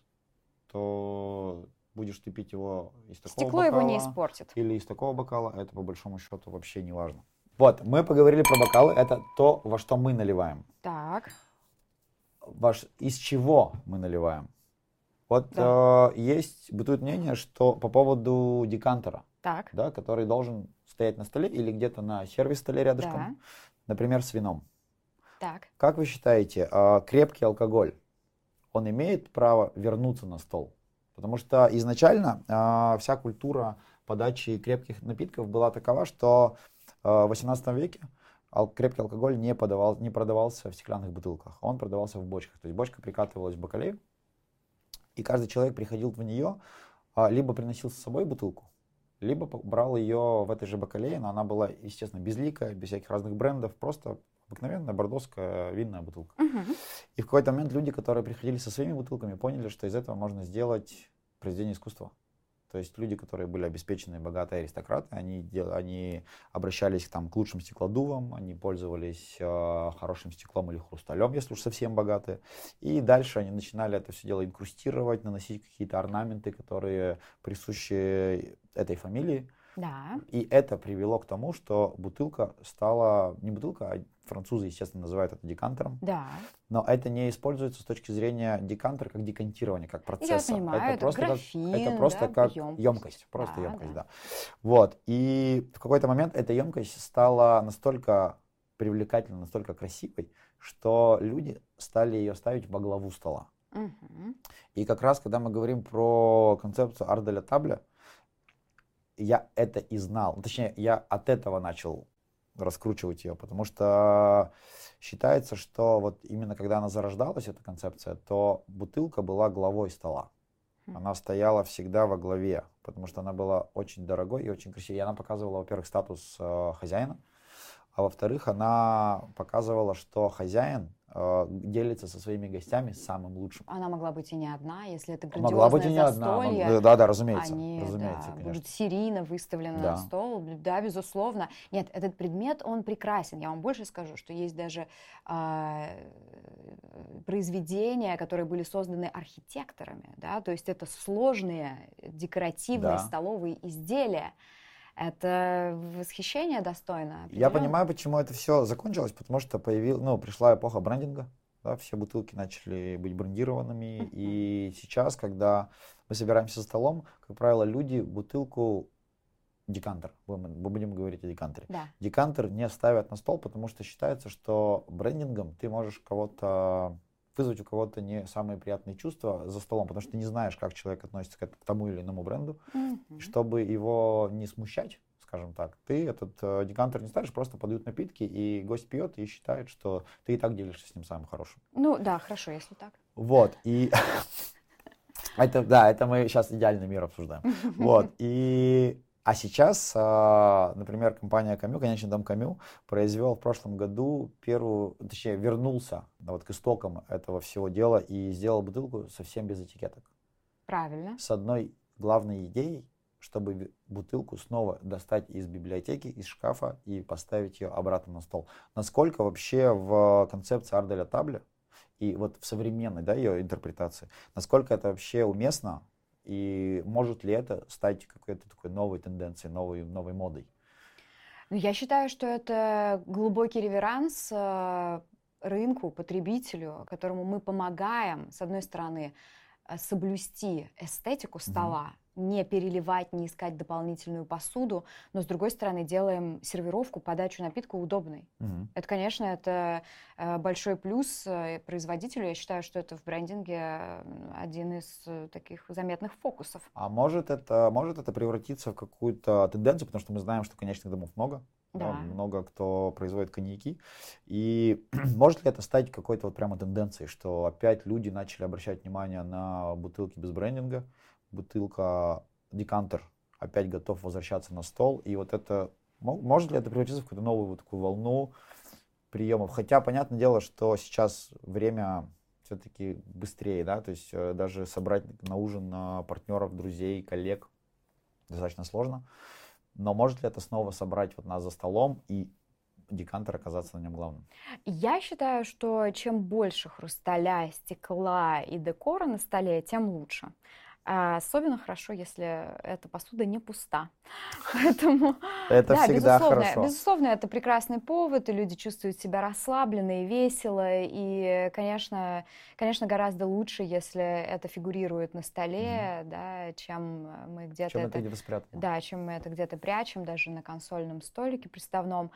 то будешь ты пить его из такого Стекло бокала его не испортит. Или из такого бокала, это по большому счету вообще не важно. Вот, мы поговорили про бокалы, это то, во что мы наливаем. Так. Ваш, из чего мы наливаем? Вот да. э, есть, бытует мнение, что по поводу декантера, так. Да, который должен стоять на столе или где-то на сервис-столе рядышком, да. например, с вином. Так. Как вы считаете, э, крепкий алкоголь, он имеет право вернуться на стол? Потому что изначально э, вся культура подачи крепких напитков была такова, что э, в восемнадцатом веке ал- крепкий алкоголь не, подавал, не продавался в стеклянных бутылках, он продавался в бочках. То есть бочка прикатывалась в бакалею, и каждый человек приходил в нее, либо приносил с собой бутылку, либо брал ее в этой же бакалее, но она была, естественно, безликая, без всяких разных брендов, просто обыкновенная бордоская винная бутылка. Uh-huh. И в какой-то момент люди, которые приходили со своими бутылками, поняли, что из этого можно сделать произведение искусства. То есть люди, которые были обеспеченные, богатые аристократы, они, дел, они обращались там, к лучшим стеклодувам, они пользовались э, хорошим стеклом или хрусталем, если уж совсем богатые. И дальше они начинали это все дело инкрустировать, наносить какие-то орнаменты, которые присущи этой фамилии. Да. И это привело к тому, что бутылка стала, не бутылка, а французы, естественно, называют это декантером. Да. Но это не используется с точки зрения декантера как декантирование, как процесса. Я понимаю, это, это просто графин, как, это просто да, как емкость. емкость, просто да, емкость, да. да. Вот. И в какой-то момент эта емкость стала настолько привлекательной, настолько красивой, что люди стали ее ставить во главу стола. Угу. И как раз, когда мы говорим про концепцию ар де ла табле, я это и знал. Точнее, я от этого начал раскручивать ее, потому что считается, что вот именно когда она зарождалась, эта концепция, то бутылка была главой стола. Она стояла всегда во главе, потому что она была очень дорогой и очень красивой. И она показывала, во-первых, статус э, хозяина, а во-вторых, она показывала, что хозяин э, делится со своими гостями самым лучшим. Она могла быть и не одна, если это Могла грандиозное быть и не застолье. одна. Да, да, разумеется. Они разумеется, да, будут серийно выставлены да. на стол. Да, безусловно. Нет, этот предмет, он прекрасен. Я вам больше скажу, что есть даже э, произведения, которые были созданы архитекторами. Да? То есть это сложные декоративные да. столовые изделия. Это восхищение достойно. Я понимаю, почему это все закончилось, потому что появил, ну, пришла эпоха брендинга, да, все бутылки начали быть брендированными, uh-huh. и сейчас, когда мы собираемся за столом, как правило, люди бутылку декантер, мы будем говорить о декантере. Да. Декантер не ставят на стол, потому что считается, что брендингом ты можешь кого-то вызвать у кого-то не самые приятные чувства за столом, потому что ты не знаешь, как человек относится к тому или иному бренду. Mm-hmm. Чтобы его не смущать, скажем так, ты этот э, декантер не ставишь, просто подают напитки, и гость пьет и считает, что ты и так делишься с ним самым хорошим. Ну да, хорошо, если так. Вот, и... Это, да, это мы сейчас идеальный мир обсуждаем. Вот, и... А сейчас, например, компания Камю, конечный дом Камю, произвел в прошлом году первую, точнее, вернулся вот к истокам этого всего дела и сделал бутылку совсем без этикеток. Правильно. С одной главной идеей, чтобы бутылку снова достать из библиотеки, из шкафа и поставить ее обратно на стол. Насколько вообще в концепции Art de la Table и вот в современной, да, ее интерпретации, насколько это вообще уместно? И может ли это стать какой-то такой новой тенденцией, новой, новой модой? Ну, я считаю, что это глубокий реверанс э, рынку, потребителю, которому мы помогаем, с одной стороны, соблюсти эстетику стола, mm-hmm. не переливать, не искать дополнительную посуду, но, с другой стороны, делаем сервировку, подачу напитка удобной. Mm-hmm. Это, конечно, это большой плюс производителю. Я считаю, что это в брендинге один из таких заметных фокусов. А может это, может это превратиться в какую-то тенденцию, потому что мы знаем, что конечных домов много. Да. Да, много кто производит коньяки. И может ли это стать какой-то вот прямо тенденцией, что опять люди начали обращать внимание на бутылки без брендинга, бутылка декантер опять готов возвращаться на стол, и вот это, может ли это превратиться в какую-то новую вот такую волну приемов? Хотя, понятное дело, что сейчас время все-таки быстрее, да, то есть даже собрать на ужин партнеров, друзей, коллег достаточно сложно. Но может ли это снова собрать вот нас за столом и декантер оказаться на нем главным? Я считаю, что чем больше хрусталя, стекла и декора на столе, тем лучше. Особенно хорошо, если эта посуда не пуста. Поэтому, это да, всегда безусловно, хорошо. Безусловно, это прекрасный повод, и люди чувствуют себя расслабленно и весело. И, конечно, конечно гораздо лучше, если это фигурирует на столе, mm-hmm. да, чем мы где-то чем это, это где-то спрятано. Да, чем мы это где-то прячем, даже на консольном столике приставном.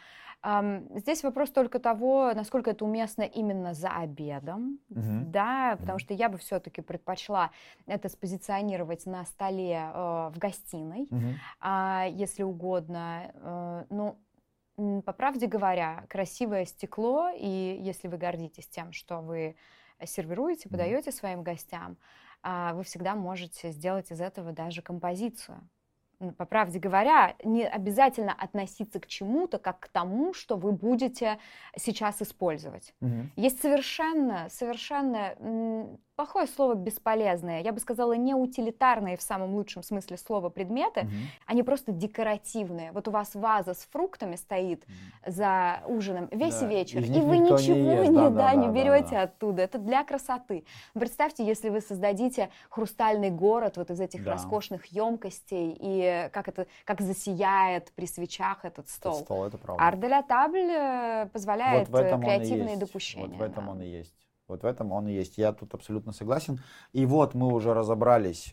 Здесь вопрос только того, насколько это уместно именно за обедом, mm-hmm. да, потому mm-hmm. что я бы все-таки предпочла это спозиционировать на столе э, в гостиной, mm-hmm. а, если угодно. Э, ну, по правде говоря, красивое стекло, и если вы гордитесь тем, что вы сервируете, подаете mm-hmm. своим гостям, э, вы всегда можете сделать из этого даже композицию. По правде говоря, не обязательно относиться к чему-то как к тому, что вы будете сейчас использовать. Mm-hmm. Есть совершенно, совершенно м, плохое слово бесполезное, я бы сказала, не утилитарные в самом лучшем смысле слова предметы, mm-hmm. они просто декоративные. Вот у вас ваза с фруктами стоит mm-hmm. за ужином весь да. вечер, и вы ничего не, не, да, да, да, не берете да, да. оттуда. Это для красоты. Представьте, если вы создадите хрустальный город вот из этих да. роскошных емкостей, и как это, как засияет при свечах этот стол. Этот стол, это правда. Art de la Table позволяет вот креативные допущения. Вот в этом да. он и есть. Вот в этом он и есть. Я тут абсолютно согласен. И вот мы уже разобрались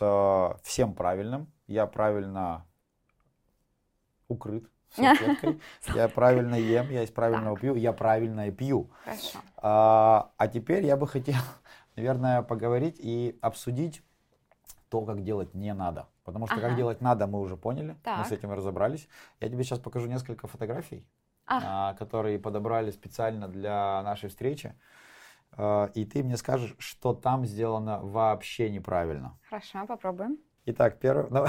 с всем правильным. Я правильно укрыт салфеткой. Я правильно ем, я из правильного пью, я правильно и пью. Хорошо. А, а теперь я бы хотел, наверное, поговорить и обсудить то, как делать не надо. Потому что ага. как делать надо, мы уже поняли, так. мы с этим разобрались. Я тебе сейчас покажу несколько фотографий, а. которые подобрали специально для нашей встречи. И ты мне скажешь, что там сделано вообще неправильно. Хорошо, попробуем. Итак, первый... Ну,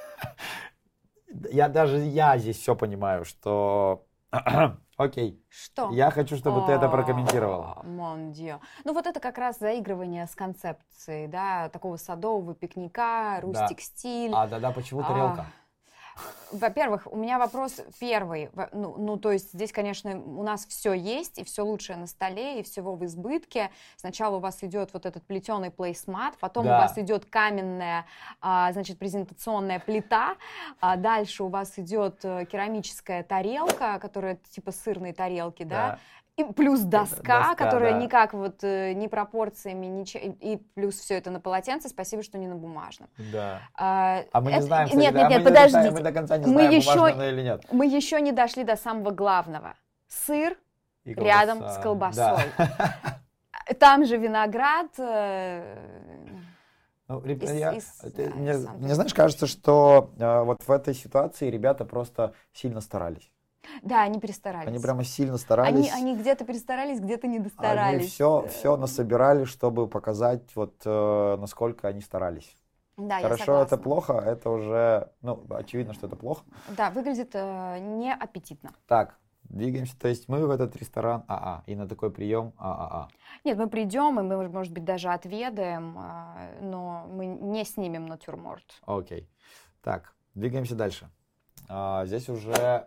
я даже я здесь все понимаю, что... Окей. Что? Я хочу, чтобы О, ты это прокомментировала. Мон дио. Ну вот это как раз заигрывание с концепцией, да, такого садового пикника, рустик-стиль. Да. А, да-да, почему тарелка? А... Во-первых, у меня вопрос первый. Ну, ну, то есть здесь, конечно, у нас все есть, и все лучшее на столе, и всего в избытке. Сначала у вас идет вот этот плетеный плейсмат, потом да. у вас идет каменная, а, значит, презентационная плита, а дальше у вас идет керамическая тарелка, которая типа сырной тарелки, да, да. И плюс доска, доска, которая да. никак вот э, ни пропорциями, ни че- и плюс все это на полотенце. Спасибо, что не на бумажном. Да. А, А мы не это- знаем, кстати, нет, да, нет, мы нет, не до конца- подождите. мы до конца не Мы знаем, еще- бумажное оно или нет. Мы еще не дошли до самого главного. Сыр И рядом колбаса. с колбасой. Да. Там же виноград. э, Ну, реб- из- я- из- ты- да, мне, из Санкт-Петербурга. мне, знаешь, кажется, что э, вот в этой ситуации ребята просто сильно старались. Да, они перестарались. Они прямо сильно Они, старались. они где-то перестарались, где-то не Они достарались. все, Э, все насобирали, чтобы показать, вот, э, насколько они старались. Да, я Хорошо, согласна. это плохо, это уже, ну, очевидно, что это плохо. Да, выглядит э, неаппетитно. Так, двигаемся. То есть мы в этот ресторан АА, и на такой прием ААА. Нет, мы придем, и мы, может быть, даже отведаем, э, но мы не снимем натюрморт. Окей. Так, двигаемся дальше. А, здесь уже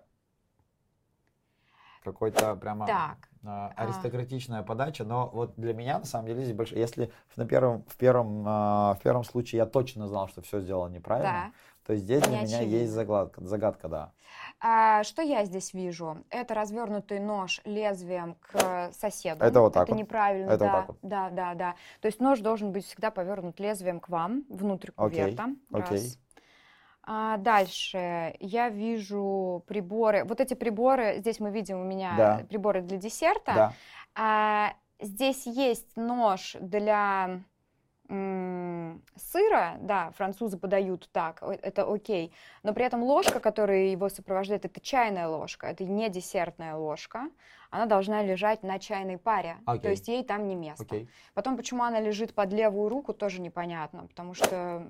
какой-то прямо Так. а, аристократичная подача, но вот для меня, на самом деле, здесь больше, если на первом, в, первом, а, в первом случае я точно знал, что все сделал неправильно, Да. то здесь для Не меня очевидно. есть загадка, загадка, да. А, что я здесь вижу? Это развернутый нож лезвием к соседу. Это вот так Это вот? неправильно, Это да, вот так вот? да, да, да. То есть нож должен быть всегда повернут лезвием к вам, внутрь Окей, куверта. окей. Раз. А дальше я вижу приборы. Вот эти приборы, здесь мы видим у меня Да. приборы для десерта. Да. А здесь есть нож для м, сыра, да, французы подают так, о- это окей, но при этом ложка, которая его сопровождает, это чайная ложка, это не десертная ложка, она должна лежать на чайной паре, то Окей. есть ей там не место. Окей. Потом, почему она лежит под левую руку, тоже непонятно, потому что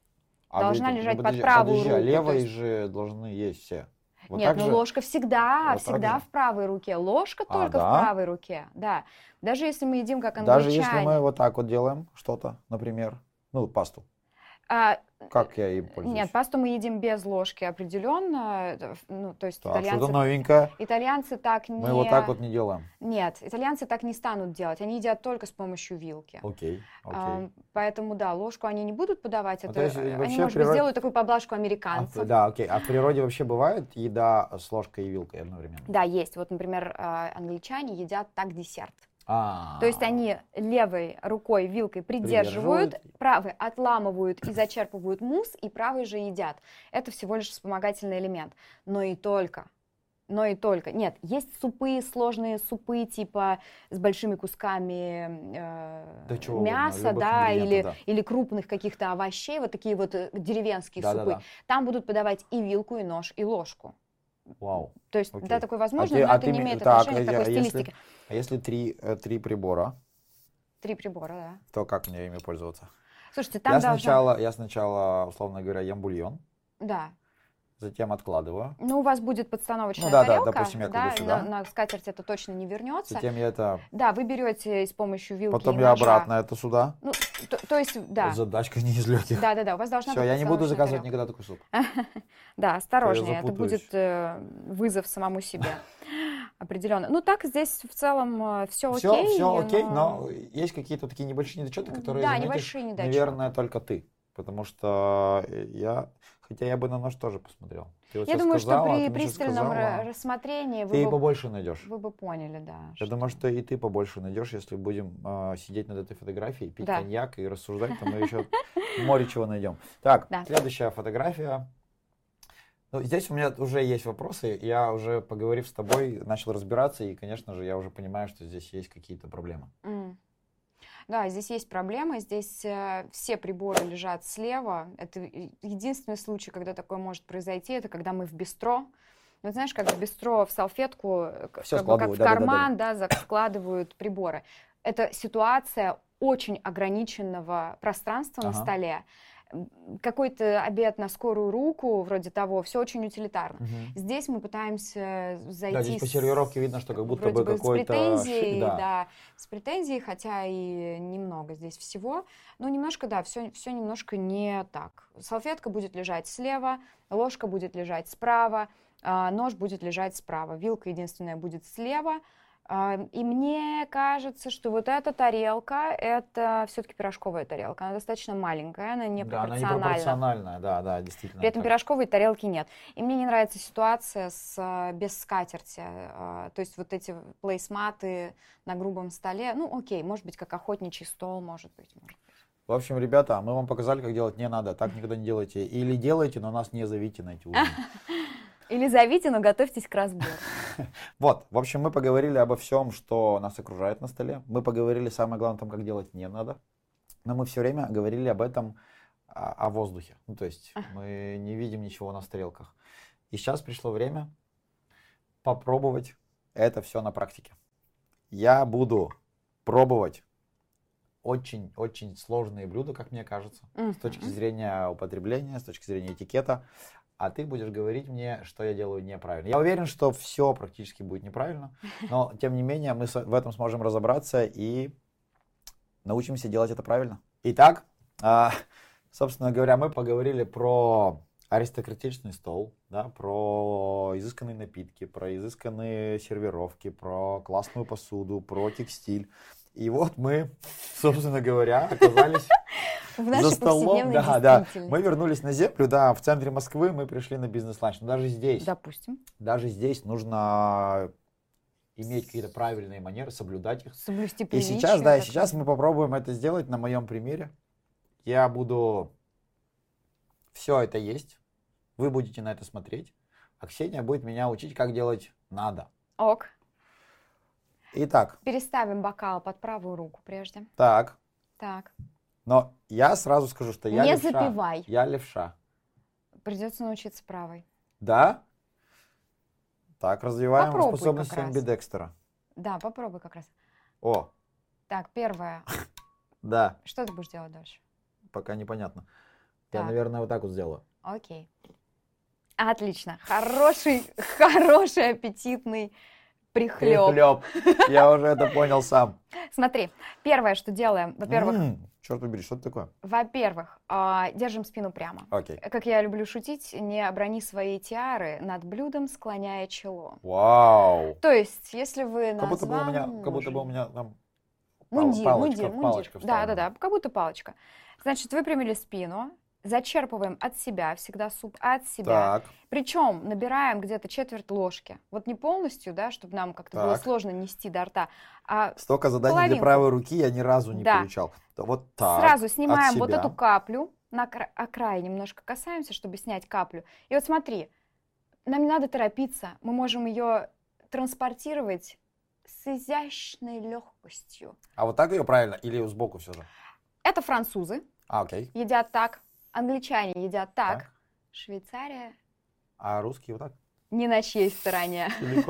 А должна вы- лежать ну, под подожди, правую подожди, а руку, то левой есть- же должны есть все. Вот Нет, так ну же? ложка всегда, Вот так всегда же? в правой руке. Ложка А, только да? в правой руке, да. Даже если мы едим как Даже англичане. если мы вот так вот делаем что-то, например, ну, пасту, А, как я им пользуюсь? нет, пасту мы едим без ложки определенно. это, Ну, то есть Так, что-то итальянцы, новенькое. итальянцы так не... Мы вот так вот не делаем. Нет, итальянцы так не станут делать. Они едят только с помощью вилки. Окей, окей. А, поэтому, да, ложку они не будут подавать. Ну, Это, то есть, они, вообще может быть, природа- сделают такую поблажку А в- американцам. да, окей. А в природе вообще бывает еда с ложкой и вилкой одновременно? Да, есть. Вот, например, а, англичане едят так десерт. А, То есть они левой рукой, вилкой придерживают, Придерживают. правой отламывают и зачерпывают мусс, и правой же едят. Это всего лишь вспомогательный элемент. Но и только. Но и только. Нет, есть супы, сложные супы, типа с большими кусками э, Да чего угодно, мяса, любых да, или, ингредиентов, да. или крупных каких-то овощей, вот такие вот э, деревенские Да, да, супы. да. Там будут подавать и вилку, и нож, и ложку. Вау. То есть, Окей. да, такое возможно, А ты- но а это ты не ми- имеет так, отношения к а такой если- стилистике. А если три, э, три прибора, Три прибора, да. то как мне ими пользоваться? Слушайте, там Я должна... сначала, я сначала, условно говоря, ем бульон, Да. затем откладываю, Ну, у вас будет подстановочная Ну да, да, тарелка, допустим, я да, кладу сюда. на, на скатерть это точно не вернется. затем я это, Да, вы берете с помощью вилки потом и я ножа. обратно это сюда. Ну, то, то есть, да. Задачка не из легких. Да, да, да, у вас должна Все, быть я не буду подстановочная заказывать тарелка. никогда такой суп. Да, осторожнее, это запутаюсь. будет э, вызов самому себе. Определенно. Ну, так здесь в целом все Все, окей. все окей, но- но есть какие-то такие небольшие недочеты, которые Да, заметишь, небольшие недочеты. наверное, только ты. Потому что я, хотя я бы на нож тоже посмотрел. Ты вот Я сейчас думаю, сказала, что ты при мне сейчас пристальном сказала, ра- рассмотрении ты и вы бы, побольше найдешь. вы бы поняли, да. Я что- думаю, что и ты побольше найдешь, если будем э, сидеть над этой фотографией, пить Да. коньяк и рассуждать, то мы еще море чего найдем. Так, Да. следующая фотография. Ну, здесь у меня уже есть вопросы. Я уже, поговорив с тобой, начал разбираться, и, конечно же, я уже понимаю, что здесь есть какие-то проблемы. М. Да, здесь есть проблемы. Здесь э, все приборы лежат слева. Это и- единственный случай, когда такое может произойти, это когда мы в бистро. Ну, вот знаешь, как в бистро в салфетку, э, к- Всё как, бы, как складывают, в да-да-да-да. карман, да, за- складывают приборы. Это ситуация очень ограниченного пространства на Ага. столе. М, Какой-то обед на скорую руку, вроде того, все очень утилитарно. Мгм. Здесь мы пытаемся зайти Да, здесь по с- сервировке видно, что как будто вроде бы бы с какой-то претензией, шик, да. да, с претензией, хотя и немного здесь всего. Ну, немножко, да, все, все немножко не так. Салфетка будет лежать слева, ложка будет лежать справа, а, нож будет лежать справа, вилка единственная будет слева. И мне кажется, что вот эта тарелка, это все-таки пирожковая тарелка. Она достаточно маленькая, она не Да, она не пропорциональна. пропорциональная, да, да, действительно. При этом так. пирожковой тарелки нет. И мне не нравится ситуация с, без скатерти. То есть вот эти плейсматы на грубом столе. Ну, окей, может быть, как охотничий стол, может быть. Может быть. В общем, ребята, мы вам показали, как делать не надо. Так никогда не делайте. Или делайте, но нас не зовите на эти ужины. Или зовите, но готовьтесь к разбору. Вот, в общем, мы поговорили обо всем, что нас окружает на столе. Мы поговорили, самое главное, о том, как делать не надо. Но мы все время говорили об этом, о, о воздухе. Ну, то есть мы не видим ничего на стрелках. И сейчас пришло время попробовать это все на практике. Я буду пробовать очень-очень сложные блюда, как мне кажется, Mm-hmm. с точки зрения употребления, с точки зрения этикета. А ты будешь говорить мне, что я делаю неправильно. Я уверен, что все практически будет неправильно, но тем не менее мы в этом сможем разобраться и научимся делать это правильно. Итак, собственно говоря, мы поговорили про аристократичный стол, да, про изысканные напитки, про изысканные сервировки, про классную посуду, про текстиль. И вот мы, собственно говоря, оказались за столом. Да, да. Мы вернулись на землю, да, в центре Москвы мы пришли на бизнес-ланч. Но даже здесь, допустим, даже здесь нужно иметь какие-то правильные манеры, соблюдать их. Соблюсти приличие. И сейчас, да, и сейчас мы попробуем это сделать на моем примере. Я буду все это есть, вы будете на это смотреть, а Ксения будет меня учить, как делать надо. Ок. Итак. Переставим бокал под правую руку прежде. Так. Так. Но я сразу скажу, что я Не левша. Не запивай. Я левша. Придется научиться правой. Да? Так, развиваем попробуй способности амбидекстера. Да, попробуй как раз. О. Так, первое. Да. Что ты будешь делать дальше? Пока непонятно. Так. Я, наверное, вот так вот сделаю. Окей. Отлично. Хороший, хороший аппетитный прихлеб. Прихлеб. Я уже это понял сам. Смотри, первое, что делаем, во-первых... М-м, черт побери, что это такое? Во-первых, э, держим спину прямо. Окей. Как я люблю шутить, не оброни свои тиары над блюдом, склоняя чело. Вау. То есть, если вы как будто бы у меня, ужине... Как будто бы у меня там мундир, палочка, мундир, палочка мундир. Да, да, да, как будто палочка. Значит, выпрямили спину, зачерпываем от себя, всегда суп от себя. Так. Причем набираем где-то четверть ложки. Вот не полностью, да, чтобы нам как-то так. было сложно нести до рта. А столько заданий половинку. Для правой руки я ни разу не да. получал. Вот так, сразу снимаем вот эту каплю, на о край немножко касаемся, чтобы снять каплю. И вот смотри, нам не надо торопиться, мы можем ее транспортировать с изящной легкостью. А вот так ее правильно или сбоку все же? Это французы. А, окей. Едят так. Англичане едят так. так. Швейцария. А русские вот так? Не на чьей стороне.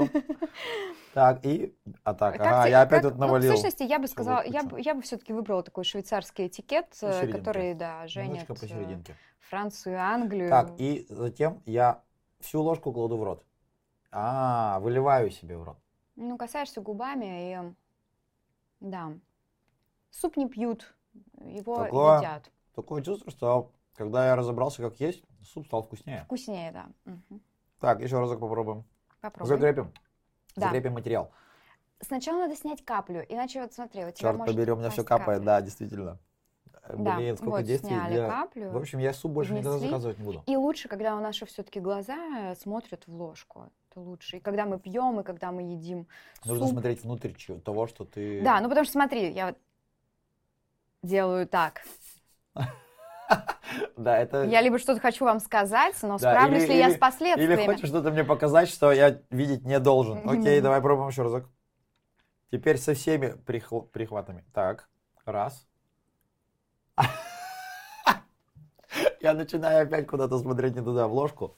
Так, и... А так, ага, я опять тут навалил. В сущности, я бы сказала, я бы, я бы все-таки выбрала такой швейцарский этикет, который, да, женит Францию и Англию. Так, и затем я всю ложку кладу в рот. А, выливаю себе в рот. Ну, касаешься губами и... Да. Суп не пьют, его такое, едят. Такое чувство, что когда я разобрался, как есть, суп стал вкуснее. Вкуснее, да. Угу. Так, еще разок попробуем. Попробуем. Закрепим. Да. Закрепим материал. Сначала надо снять каплю, иначе вот смотри, вот Черт побери, у меня все капает, капля. Да, действительно. Да, Блин, сколько вот действий. сняли Я... каплю. В общем, я суп больше внесли. никогда заказывать не буду. И лучше, когда у наши все-таки глаза смотрят в ложку. Это лучше. И когда мы пьем, и когда мы едим Нужно суп. смотреть внутрь того, что ты... Да, ну потому что смотри, я вот делаю так. Да, это... Я либо что-то хочу вам сказать, но да, справлюсь или, ли я или, с последствиями. Или хочешь что-то мне показать, что я видеть не должен. Окей, давай пробуем еще разок. Теперь со всеми прихл... прихватами. Так, раз. Я начинаю опять куда-то смотреть не туда, в ложку.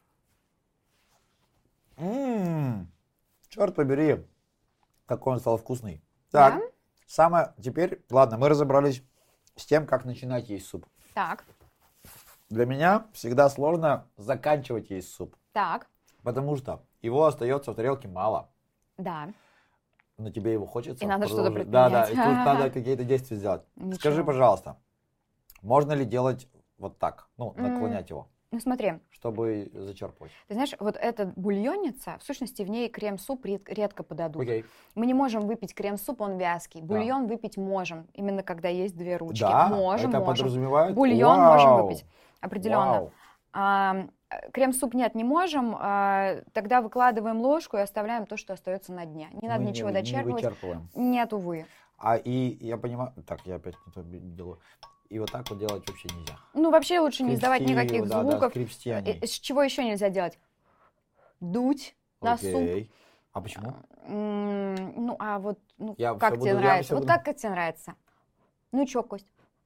М-м-м, черт побери, какой он стал вкусный. Так, да? Самое... Теперь, ладно, мы разобрались с тем, как начинать есть суп. Так. Для меня всегда сложно заканчивать есть суп. Так. Потому что его остается в тарелке мало. Да. Но тебе его хочется. И надо что-то предпринять. Да, да, и тут надо какие-то действия сделать. Ничего. Скажи, пожалуйста, можно ли делать вот так? Ну, наклонять mm. его. Ну смотри. Чтобы зачерпывать. Ты знаешь, вот эта бульонница, в сущности, в ней крем-суп редко подадут. Окей. Мы не можем выпить крем-суп, он вязкий. Бульон Да. выпить можем, именно когда есть две ручки. Да? Можем, Это можем. подразумевает? Бульон Вау. можем выпить, определенно. Вау. А, крем-суп нет, не можем. А, тогда выкладываем ложку и оставляем то, что остается на дне. Не надо Мы ничего не, дочерпывать. Не вычерпываем. Нет, увы. А и я понимаю... Так, я опять не то делаю. И вот так вот делать вообще нельзя. Ну, вообще лучше не издавать Крепсти, никаких да, звуков. Да, С чего еще нельзя делать? Дуть на Окей. суп. А почему? Ну, а вот ну, Я как буду, тебе нравится? Вот буду... как тебе нравится? Ну, чё, Кость?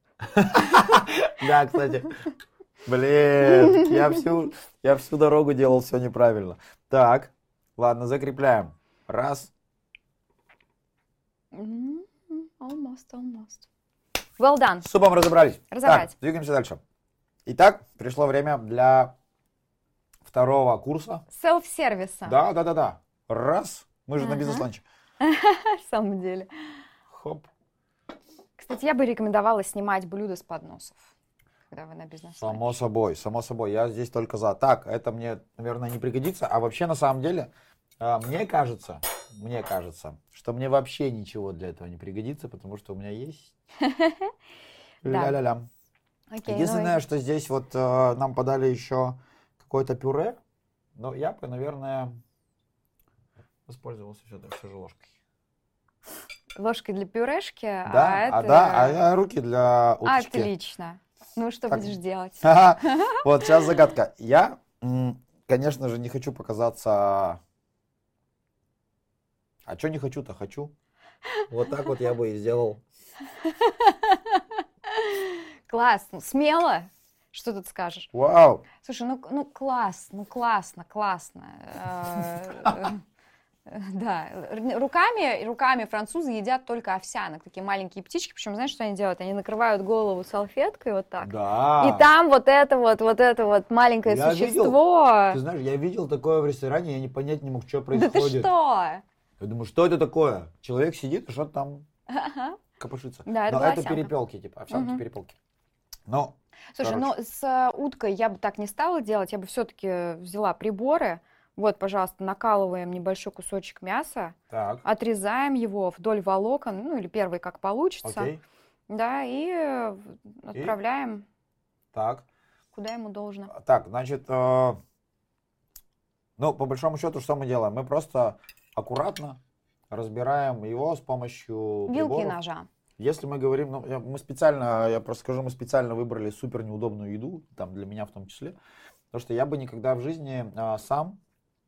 Да, кстати. Блин, я всю, я всю дорогу делал все неправильно. Так, ладно, закрепляем. Раз. Almost, almost. Well done. С супом разобрались. Разобрались. Так, двигаемся дальше. Итак, пришло время для второго курса. Селф-сервиса. Да, да, да, да. Раз. Мы же Ага. на бизнес-ланче. В самом деле. Хоп. Кстати, я бы рекомендовала снимать блюда с подносов, когда вы на бизнес-ланче. Само собой, само собой. Я здесь только за. Так, это мне, наверное, не пригодится. А вообще, на самом деле, мне кажется, мне кажется, что мне вообще ничего для этого не пригодится, потому что у меня есть ля-ля-ля. Единственное, что здесь вот нам подали еще какое-то пюре, но я бы, наверное, воспользовался все, все же ложкой. Ложкой для пюрешки, да, а это... А, да, а руки для уточки. Отлично. Ну, что как... будешь делать? Вот, сейчас загадка. Я, конечно же, не хочу показаться... А что не хочу-то? Хочу. Вот так вот я бы и сделал. Классно, смело. Что тут скажешь? Вау. Слушай, ну, ну класс, ну классно, классно. Да, руками, руками французы едят только овсянок, такие маленькие птички. Причем, знаешь, что они делают? Они накрывают голову салфеткой вот так. Да. И там вот это вот, вот это вот маленькое я существо. Видел, ты знаешь, я видел такое в ресторане, я не понять не мог, что происходит. Да ты что? Я думаю, что это такое? Человек сидит и что-то там ага. копошится. Да, это Но это овсянка. перепелки, типа, овсянки-перепелки. Угу. Но, слушай, короче. ну с уткой я бы так не стала делать, я бы все-таки взяла приборы. Вот, пожалуйста, накалываем небольшой кусочек мяса, так. отрезаем его вдоль волокон, ну или первый как получится. Окей. Да, и отправляем. И? Так. Куда ему должно. Так, значит, э, ну, по большому счету, что мы делаем? Мы просто аккуратно разбираем его с помощью вилки приборов. и ножа. Если мы говорим, ну, я, мы специально, я просто скажу, мы специально выбрали супер неудобную еду, там для меня в том числе, потому что я бы никогда в жизни э, сам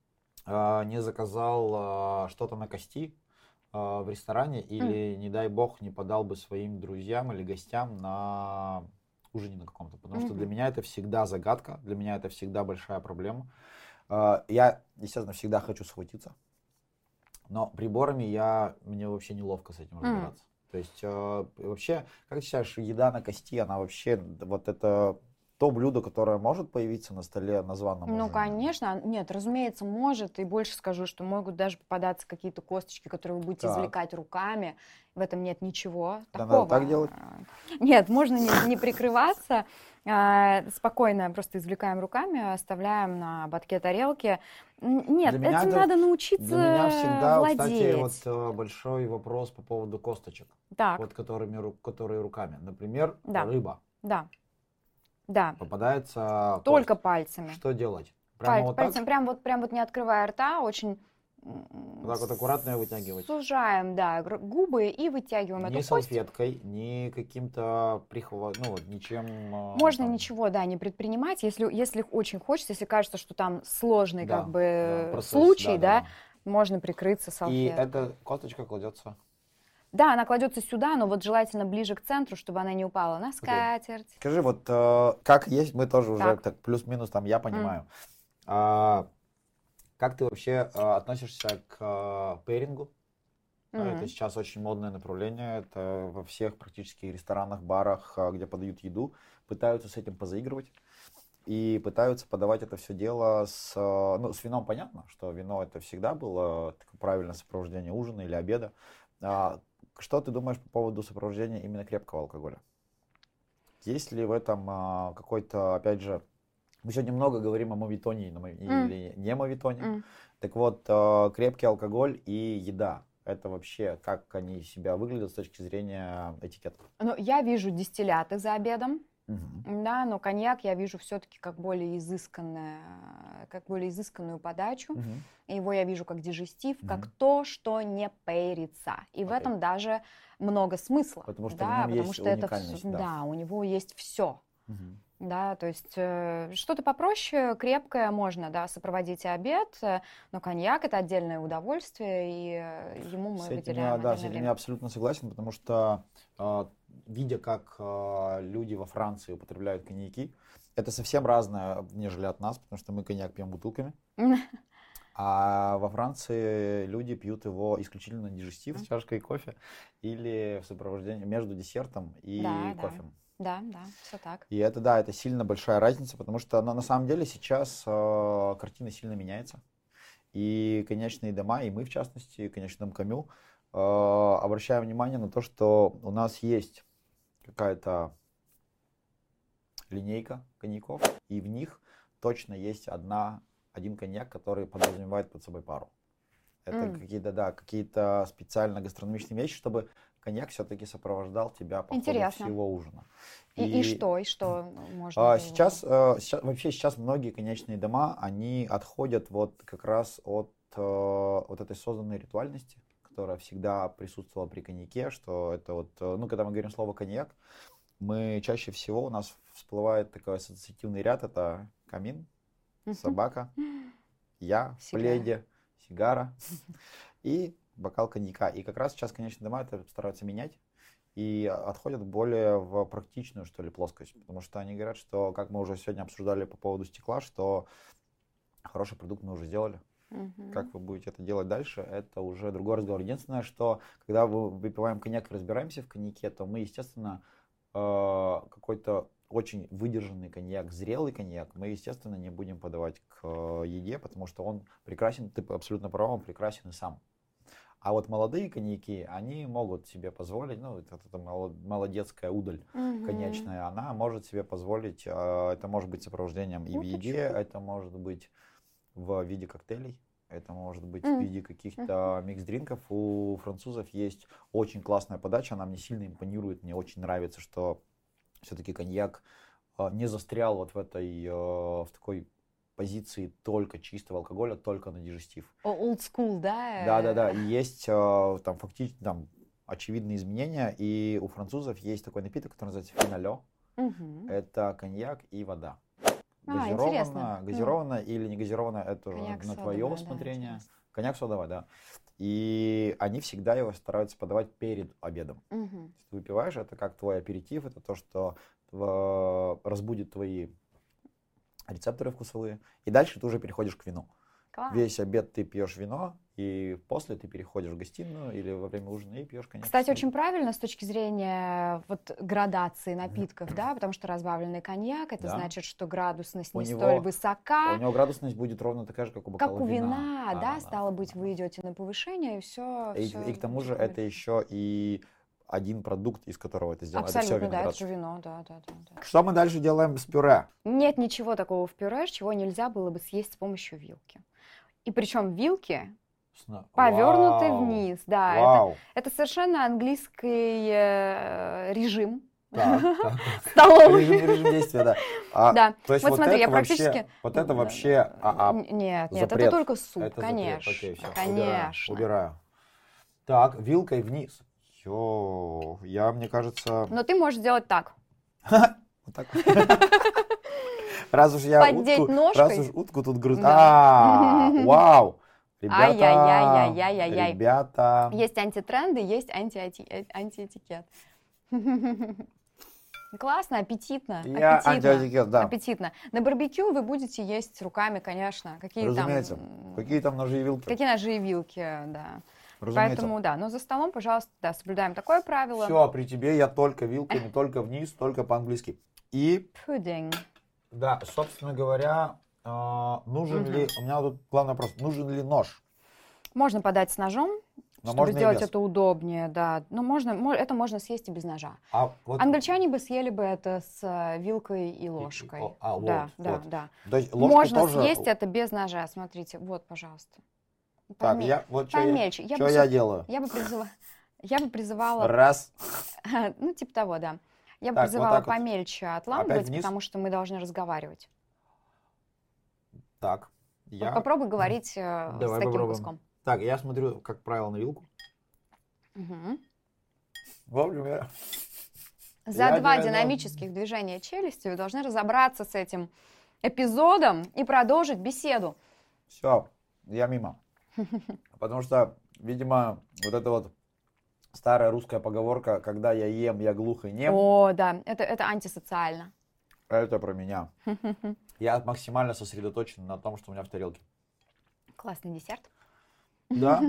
э, не заказал э, что-то на кости э, в ресторане или, mm. не дай бог, не подал бы своим друзьям или гостям на ужине на каком-то, потому mm-hmm. что для меня это всегда загадка, для меня это всегда большая проблема. Э, я, естественно, всегда хочу схватиться, но приборами я, мне вообще неловко с этим разбираться. Mm. То есть э, вообще, как ты считаешь, еда на кости, она вообще, вот это то блюдо, которое может появиться на столе на званом ужине? Ну, конечно. Нет, разумеется, может. И больше скажу, что могут даже попадаться какие-то косточки, которые вы будете так. извлекать руками. В этом нет ничего да, такого. Надо так делать? Нет, можно не, не прикрываться. Спокойно просто извлекаем руками, оставляем на ободке тарелки. Нет, этим это, надо научиться для меня всегда, владеть. Кстати, вот большой вопрос по поводу косточек. Так. Вот которыми, которые руками. Например, да. рыба. Да. Да. Попадается только кость. Пальцами. Что делать? Прямо Паль, вот пальцем, так? прям вот, прям вот не открывая рта, очень вот так вот аккуратно ее вытягивать. Сужаем, да, губы и вытягиваем ни эту салфеткой, кость. ни каким-то прихват, ну ничем. Можно там... ничего, да, не предпринимать, если если очень хочется, если кажется, что там сложный да, как бы да, процесс, случай, да, да, да, да, можно прикрыться салфеткой. И эта косточка кладется. Да, она кладется сюда, но вот желательно ближе к центру, чтобы она не упала на скатерть. Okay. Скажи, вот э, как есть, мы тоже так. уже так плюс-минус там я понимаю. Mm. А, как ты вообще а, относишься к а, пейрингу? Mm-hmm. Это сейчас очень модное направление. Это во всех практически ресторанах, барах, а, где подают еду, пытаются с этим позаигрывать. И пытаются подавать это все дело с... Ну, с вином понятно, что вино это всегда было такое правильное сопровождение ужина или обеда. А, что ты думаешь по поводу сопровождения именно крепкого алкоголя? Есть ли в этом а, какой-то, опять же, Мы сегодня много говорим о моветоне Mm. или не моветоне. Mm. Так вот, э, крепкий алкоголь и еда. Это вообще, как они себя выглядят с точки зрения этикета? Ну, я вижу дистилляты за обедом. Мгм. Да, но коньяк я вижу все-таки как более изысканное, как более изысканную подачу. Мгм. Его я вижу как дижестив, как Мгм. то, что не пейрится. И в Окей. этом даже много смысла. Потому что в да, нем потому есть что это уникальность, вс- да. да, у него есть все. Мгм. Да, то есть э, что-то попроще, крепкое можно, да, сопроводить и обед, э, но коньяк это отдельное удовольствие, и э, ему мы С этим я, выделяем да, с отдельное этим я время. абсолютно согласен, потому что, а, видя, как а, люди во Франции употребляют коньяки, это совсем разное, нежели от нас, потому что мы коньяк пьем бутылками. А во Франции люди пьют его исключительно на дижестив с чашкой кофе или в сопровождении между десертом и Да, да. кофе. Да, да, все так. И это, да, это сильно большая разница, потому что на, на самом деле сейчас э, картина сильно меняется. И конечные дома, и мы в частности, и конечный дом Камю, э, обращаем внимание на то, что у нас есть какая-то линейка коньяков, и в них точно есть одна, один коньяк, который подразумевает под собой пару. Это М. какие-то, да, какие-то специально гастрономичные вещи, чтобы коньяк все-таки сопровождал тебя по ходу Интересно. всего ужина. И, и что, и что можно? а, было? сейчас, а, сейчас, вообще сейчас многие конечные дома, они отходят вот как раз от а, вот этой созданной ритуальности, которая всегда присутствовала при коньяке, что это вот, а, ну, когда мы говорим слово коньяк, мы чаще всего, у нас всплывает такой ассоциативный ряд, это камин, Мгм. собака, я в Сигара. пледе, сигара и бокал коньяка. И как раз сейчас конечные дома это стараются менять и отходят более в практичную, что ли, плоскость. Потому что они говорят, что, как мы уже сегодня обсуждали по поводу стекла, что хороший продукт мы уже сделали. Мгм. Как вы будете это делать дальше, это уже другой разговор. Единственное, что когда мы выпиваем коньяк и разбираемся в коньяке, то мы, естественно, э, какой-то очень выдержанный коньяк, зрелый коньяк, мы, естественно, не будем подавать к э, еде, потому что он прекрасен, ты абсолютно прав, он прекрасен и сам. А вот молодые коньяки, они могут себе позволить, ну, это, это молод- молодецкая удаль Мгм. коньячная, она может себе позволить, э, это может быть сопровождением и в еде, это может быть в виде коктейлей, это может быть в М. виде каких-то микс-дринков. У французов есть очень классная подача, она мне сильно импонирует, мне очень нравится, что все-таки коньяк э, не застрял вот в этой, э, в такой позиции только чистого алкоголя, только на дижестив. О- Old school, да? Да, да, да. И есть э, там фактически там очевидные изменения. И у французов есть такой напиток, который называется финалё. Мгм. Это коньяк и вода. А, интересно. Газированная, газированная или не газированная, это уже Коньяк на содовая, твое да, усмотрение. интересно. Коньяк содовый, да. И они всегда его стараются подавать перед обедом. Мгм. То есть ты выпиваешь, это как твой аперитив, это то, что э, разбудит твои рецепторы вкусовые. И дальше ты уже переходишь к вину. Класс. Весь обед ты пьешь вино, и после ты переходишь в гостиную или во время ужина и пьешь коньяк. Кстати, очень правильно с точки зрения вот градации напитков, да, потому что разбавленный коньяк, это Да. значит, что градусность У не него- столь У высока, него градусность будет ровно такая же, как у бокала как у вина, да, Да, стало быть, вы идете на повышение, и все. И, и к тому же это еще и один продукт, из которого это сделано. Это все Абсолютно, да, это виноград. же вино, да, да, да, да. Что мы дальше делаем с пюре? Нет ничего такого в пюре, чего нельзя было бы съесть с помощью вилки. И причем вилки Сна- повернуты Вау. вниз, да, это, Вау. это совершенно английский э, режим Так, так. столовый. Режим, режим действия, да. А, Да. То есть Вот вот, смотри, это я вообще, практически- вот это Да, вообще, а, а, Н- Нет, нет, запрет. это только суп, это запрет. конечно. Окей, всё, Конечно. Убираю, убираю. Так, вилкой вниз. Йо, я, мне кажется... Но ты можешь сделать так. Вот так. Раз уж я Поддеть утку, ножкой. раз уж утку тут грызу. Да. А, вау. Ребята, Ай-яй-яй-яй-яй-яй. ребята. Есть антитренды, есть анти- э, антиэтикет. Классно, аппетитно. Я аппетитно, антиэтикет, да. аппетитно. На барбекю вы будете есть руками, конечно. Какие Разумеется. там... Какие там ножи и вилки? Какие ножи и вилки, да. Разумеется. Поэтому, да, но за столом, пожалуйста, да, соблюдаем такое правило. Все, при тебе я только вилками, только вниз, только по-английски. И, Пудинг. да, собственно говоря, э, нужен Мгм. ли, у меня тут главный вопрос, нужен ли нож? Можно подать с ножом, Но чтобы можно и сделать без. это удобнее, да. Но можно, мо- это можно съесть и без ножа. А вот, Англичане бы съели бы это с э, вилкой и и- ложкой. о, а, Да, вот, да, вот. да. То есть ложку Можно тоже. съесть это без ножа. Смотрите, вот, пожалуйста. Так, Поме- я вот что я, Помельче. Я, чё бы, я всё- делаю. я бы призыва- я бы призывала, Раз. ну, типа того, да. Я бы Так, вот призывала так вот. помельче Опять отламывать, вниз. потому что мы должны разговаривать. Так, Вот я... попробуй говорить э, с Давай таким попробуем. куском. Так, я смотрю, как правило, на вилку. Мгм. В общем, я... За Я два не- ну- динамических движения челюстью вы должны разобраться с этим эпизодом и продолжить беседу. Все, я мимо. Потому что, видимо, вот эта вот старая русская поговорка, когда я ем, я глух и нем, О, да, это, это антисоциально. это про меня. Я максимально сосредоточен на том, что у меня в тарелке. Классный десерт. Да.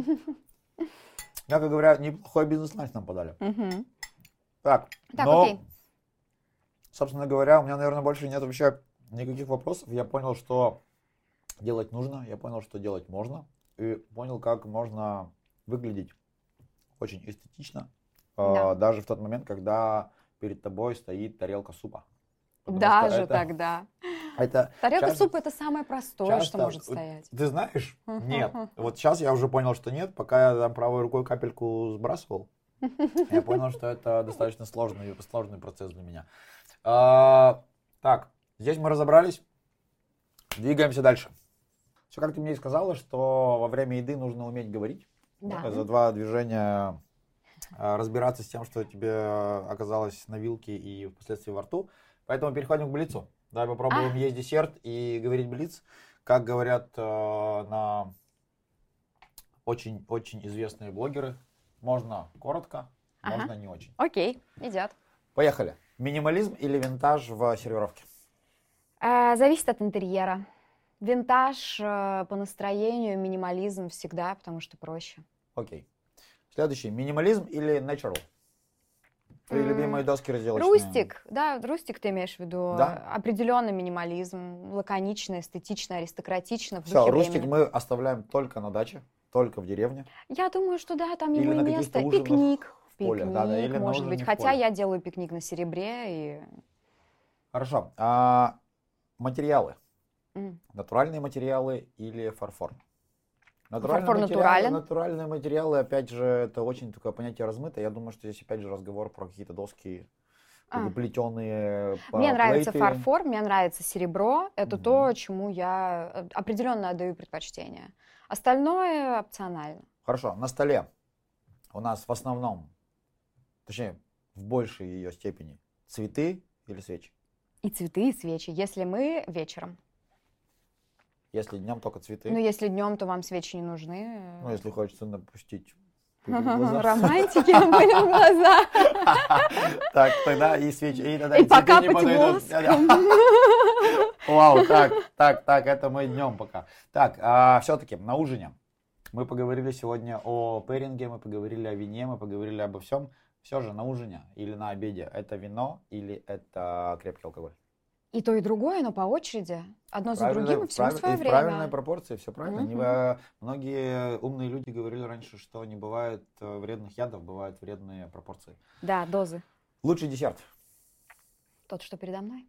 Я, как говорят, неплохой бизнес-ланч нам подали. Мгм. Так, Так, но, окей. собственно говоря, у меня, наверное, больше нет вообще никаких вопросов. Я понял, что делать нужно, я понял, что делать можно, и понял, как можно выглядеть очень эстетично, э, Да. даже в тот момент, когда перед тобой стоит тарелка супа. Потому что Даже это- тогда. Это Тарелка часто- супа это самое простое, что часто- может вот стоять. Ты знаешь? Нет. Вот сейчас я уже понял, что нет, пока я там правой рукой капельку сбрасывал. Я понял, что это достаточно сложный, сложный процесс для меня. А, так, здесь мы разобрались. Двигаемся дальше. Все, как ты мне и сказала, что во время еды нужно уметь говорить. Да. За два движения а, разбираться с тем, что тебе оказалось на вилке и впоследствии во рту. Поэтому переходим к блицу. Давай попробуем А. есть десерт и говорить блиц. Как говорят э, на очень-очень известные блогеры, можно коротко, Ага. можно не очень. Окей, идет. Поехали. Минимализм или винтаж в сервировке? А, зависит от интерьера. Винтаж э, по настроению, минимализм всегда, потому что проще. Окей. Следующий. Минимализм или natural? Твои М, любимые доски разделочные. Рустик, да, рустик ты имеешь в виду. Да. Определенный минимализм, лаконично, эстетично, аристократично, в Все, духе рустик времени. мы оставляем только на даче, только в деревне. Я думаю, что да, там Или ему и на место. каких-то ужинах Пикник. в поле, Пикник, да-да, или на может ужине быть. в Хотя поле. я делаю пикник на серебре и... Хорошо. А, материалы. М. Натуральные материалы или фарфор? Натуральные Фарфор материалы- натурален. Натуральные материалы, опять же, это очень такое понятие размытое. Я думаю, что здесь опять же разговор про какие-то доски, А. плетеные. Мне нравится фарфор, мне нравится серебро. Это Мгм. то, чему я э, определенно отдаю предпочтение. Остальное опционально. Хорошо, на столе у нас в основном, точнее, в большей ее степени, цветы или свечи? И цветы, и свечи, если мы вечером. Если днем только цветы, Ну, если днем, то вам свечи не нужны. ну, если хочется напустить пыль в глаза. Романтики были в глаза. Так, тогда и свечи, и тогда И цветы не покапать подойдут. воском. Вау, так, так, так, это мы днем пока. Так, все-таки на ужине мы поговорили сегодня о пэринге, мы поговорили о вине, мы поговорили обо всем. Все же на ужине или на обеде это вино или это крепкий алкоголь? И то, и другое, но по очереди. Одно за Правильно, другим, и всему прав- свое и в время. правильной пропорции, все правильно. Не, Мгм. э, многие умные люди говорили раньше, что не бывает э, вредных ядов, бывают вредные пропорции. Да, дозы. Лучший десерт? Тот, что передо мной.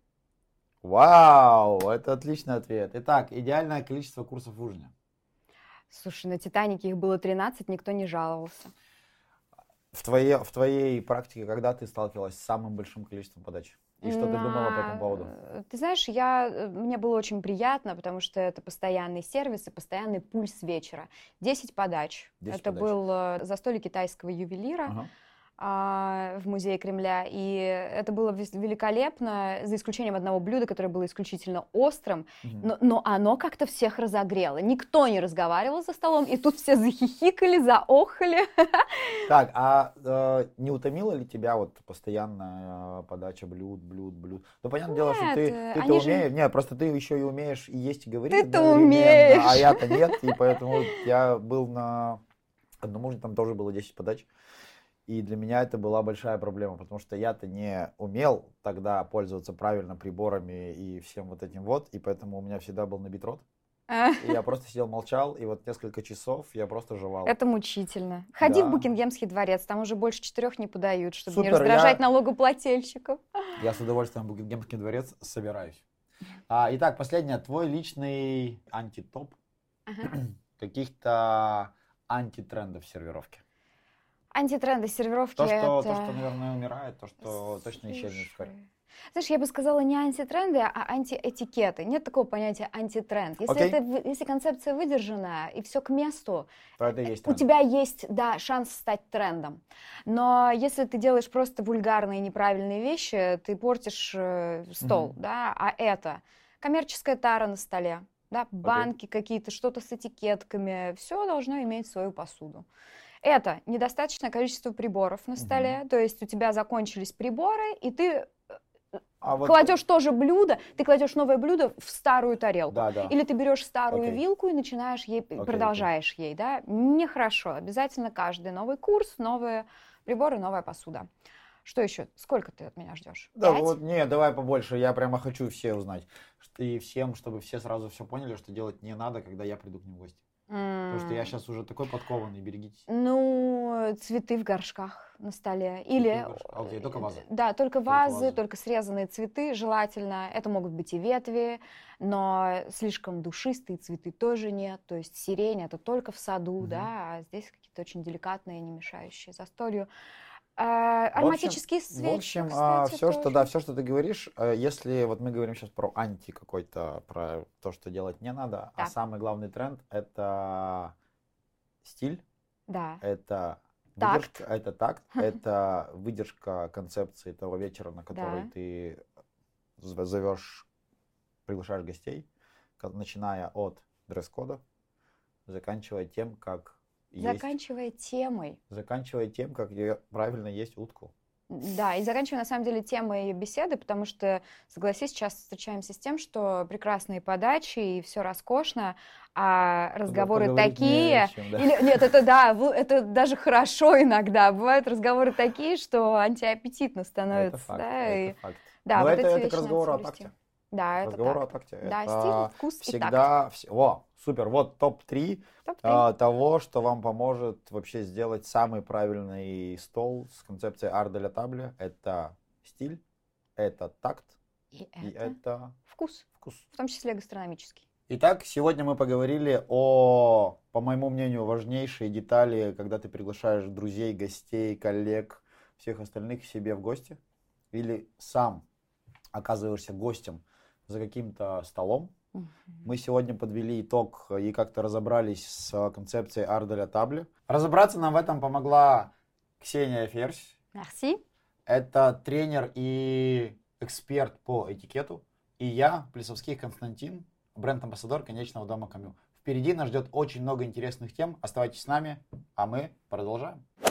Вау, это отличный ответ. Итак, идеальное количество курсов в ужине. Слушай, на «Титанике» их было тринадцать, никто не жаловался. В твоей, в твоей практике, когда ты сталкивалась с самым большим количеством подач? И что ты думала по этому поводу? На- Ты знаешь, я, э, мне было очень приятно, потому что это постоянный сервис и постоянный пульс вечера. десять подач. десять это подач. был э, застолье китайского ювелира. Ага. а, в музее Кремля, и это было вес- великолепно, за исключением одного блюда, которое было исключительно острым, Мгм. но, но оно как-то всех разогрело. Никто не разговаривал за столом, и тут все захихикали, заохали. Так, а э, не утомила ли тебя вот постоянная э, подача блюд, блюд, блюд? Ну, понятное дело, что Нет, ты, э, ты, они же- умеешь, не, просто ты еще и умеешь и есть, и говорить Ты-то одновременно, умеешь. а я-то нет, и поэтому я был на одном ужине, там тоже было десять подач, и для меня это была большая проблема, потому что я-то не умел тогда пользоваться правильно приборами и всем вот этим вот, и поэтому у меня всегда был набит рот. И я просто сидел, молчал, и вот несколько часов я просто жевал. Это мучительно. Ходи Да. в Букингемский дворец, там уже больше четырех не подают, чтобы Супер, не раздражать я- налогоплательщиков. Я с удовольствием в Букингемский дворец собираюсь. А, итак, последнее. Твой личный антитоп Ага. каких-то антитрендов в сервировке. Антитренды сервировки То, что, это... то, что, наверное, умирает, то, что точно исчезнет вскоре. Слушай, знаешь, я бы сказала не антитренды, а антиэтикеты. Нет такого понятия антитренд. Если, Окей. это, вы- если концепция выдержана и все к месту, То это и есть у тренд. тебя есть, да, шанс стать трендом. Но если ты делаешь просто вульгарные неправильные вещи, ты портишь э, стол, Мгм. да, а это коммерческая тара на столе, да, банки какие-то, что-то с этикетками, все должно иметь свою посуду. Это недостаточное количество приборов на столе, то есть у тебя закончились приборы, и ты А вот- кладешь тоже блюдо, ты кладешь новое блюдо в старую тарелку. Да, да. Или ты берешь старую Окей. вилку и начинаешь ей, Окей, продолжаешь ей, да? Нехорошо. Обязательно каждый новый курс, новые приборы, новая посуда. Что еще? Сколько ты от меня ждешь? Да, Пять? вот, не, давай побольше, я прямо хочу все узнать. Ш- И всем, чтобы все сразу все поняли, что делать не надо, когда я приду к ним в гости. Потому что я М, сейчас уже такой подкованный, берегитесь. Ну, цветы в горшках на столе. Или, в горшках. А, окей, только вазы. Да, только Только вазы, вазы. только срезанные цветы желательно. Это могут быть и ветви, но слишком душистые цветы тоже нет. То есть сирень это только в саду, Мгм. да, а здесь какие-то очень деликатные, не мешающие застолью. А, В общем- ароматические свечи, В общем, кстати, все, что, тоже. да, все, что ты говоришь, э, если вот мы говорим сейчас про анти какой-то, про то, что делать не надо, а Да. самый главный тренд это стиль, Да. это Такт. выдержка, это такт, это выдержка концепции того вечера, на который Да. ты зв- зовешь, приглашаешь гостей, ка- начиная от дресс-кода, заканчивая тем, как есть, Заканчивая темой. заканчивая тем, как е- правильно есть утку. Да, и заканчивая на самом деле темой беседы, потому что, согласись, сейчас встречаемся с тем, что прекрасные подачи и все роскошно, а разговоры Поговорить не такие... о чем, да. Или, нет, это да, в- это даже хорошо иногда. Бывают разговоры такие, что антиаппетитно становится. Это факт, да, это и- факт. да, Но вот это, эти это вещи к надо разговору о соблюсти. такте. Да, К это разговору так. о такте. Да, Это стиль, вкус и такт. всегда... вс- Во, супер, вот топ три Топ-три. а, того, что вам поможет вообще сделать самый правильный стол с концепцией art de la table. Это стиль, это такт И и это это вкус, вкус. в том числе гастрономический. Итак, сегодня мы поговорили о, по моему мнению, важнейшей детали, когда ты приглашаешь друзей, гостей, коллег, всех остальных к себе в гости, или сам оказываешься гостем за каким-то столом. Мгм. Мы сегодня подвели итог и как-то разобрались с концепцией art de la table. Разобраться нам в этом помогла Ксения Ферзь. Merci. Это тренер и эксперт по этикету. И я, Плесовский Константин, бренд-амбассадор конечного дома Камю. Впереди нас ждет очень много интересных тем. Оставайтесь с нами, а мы продолжаем.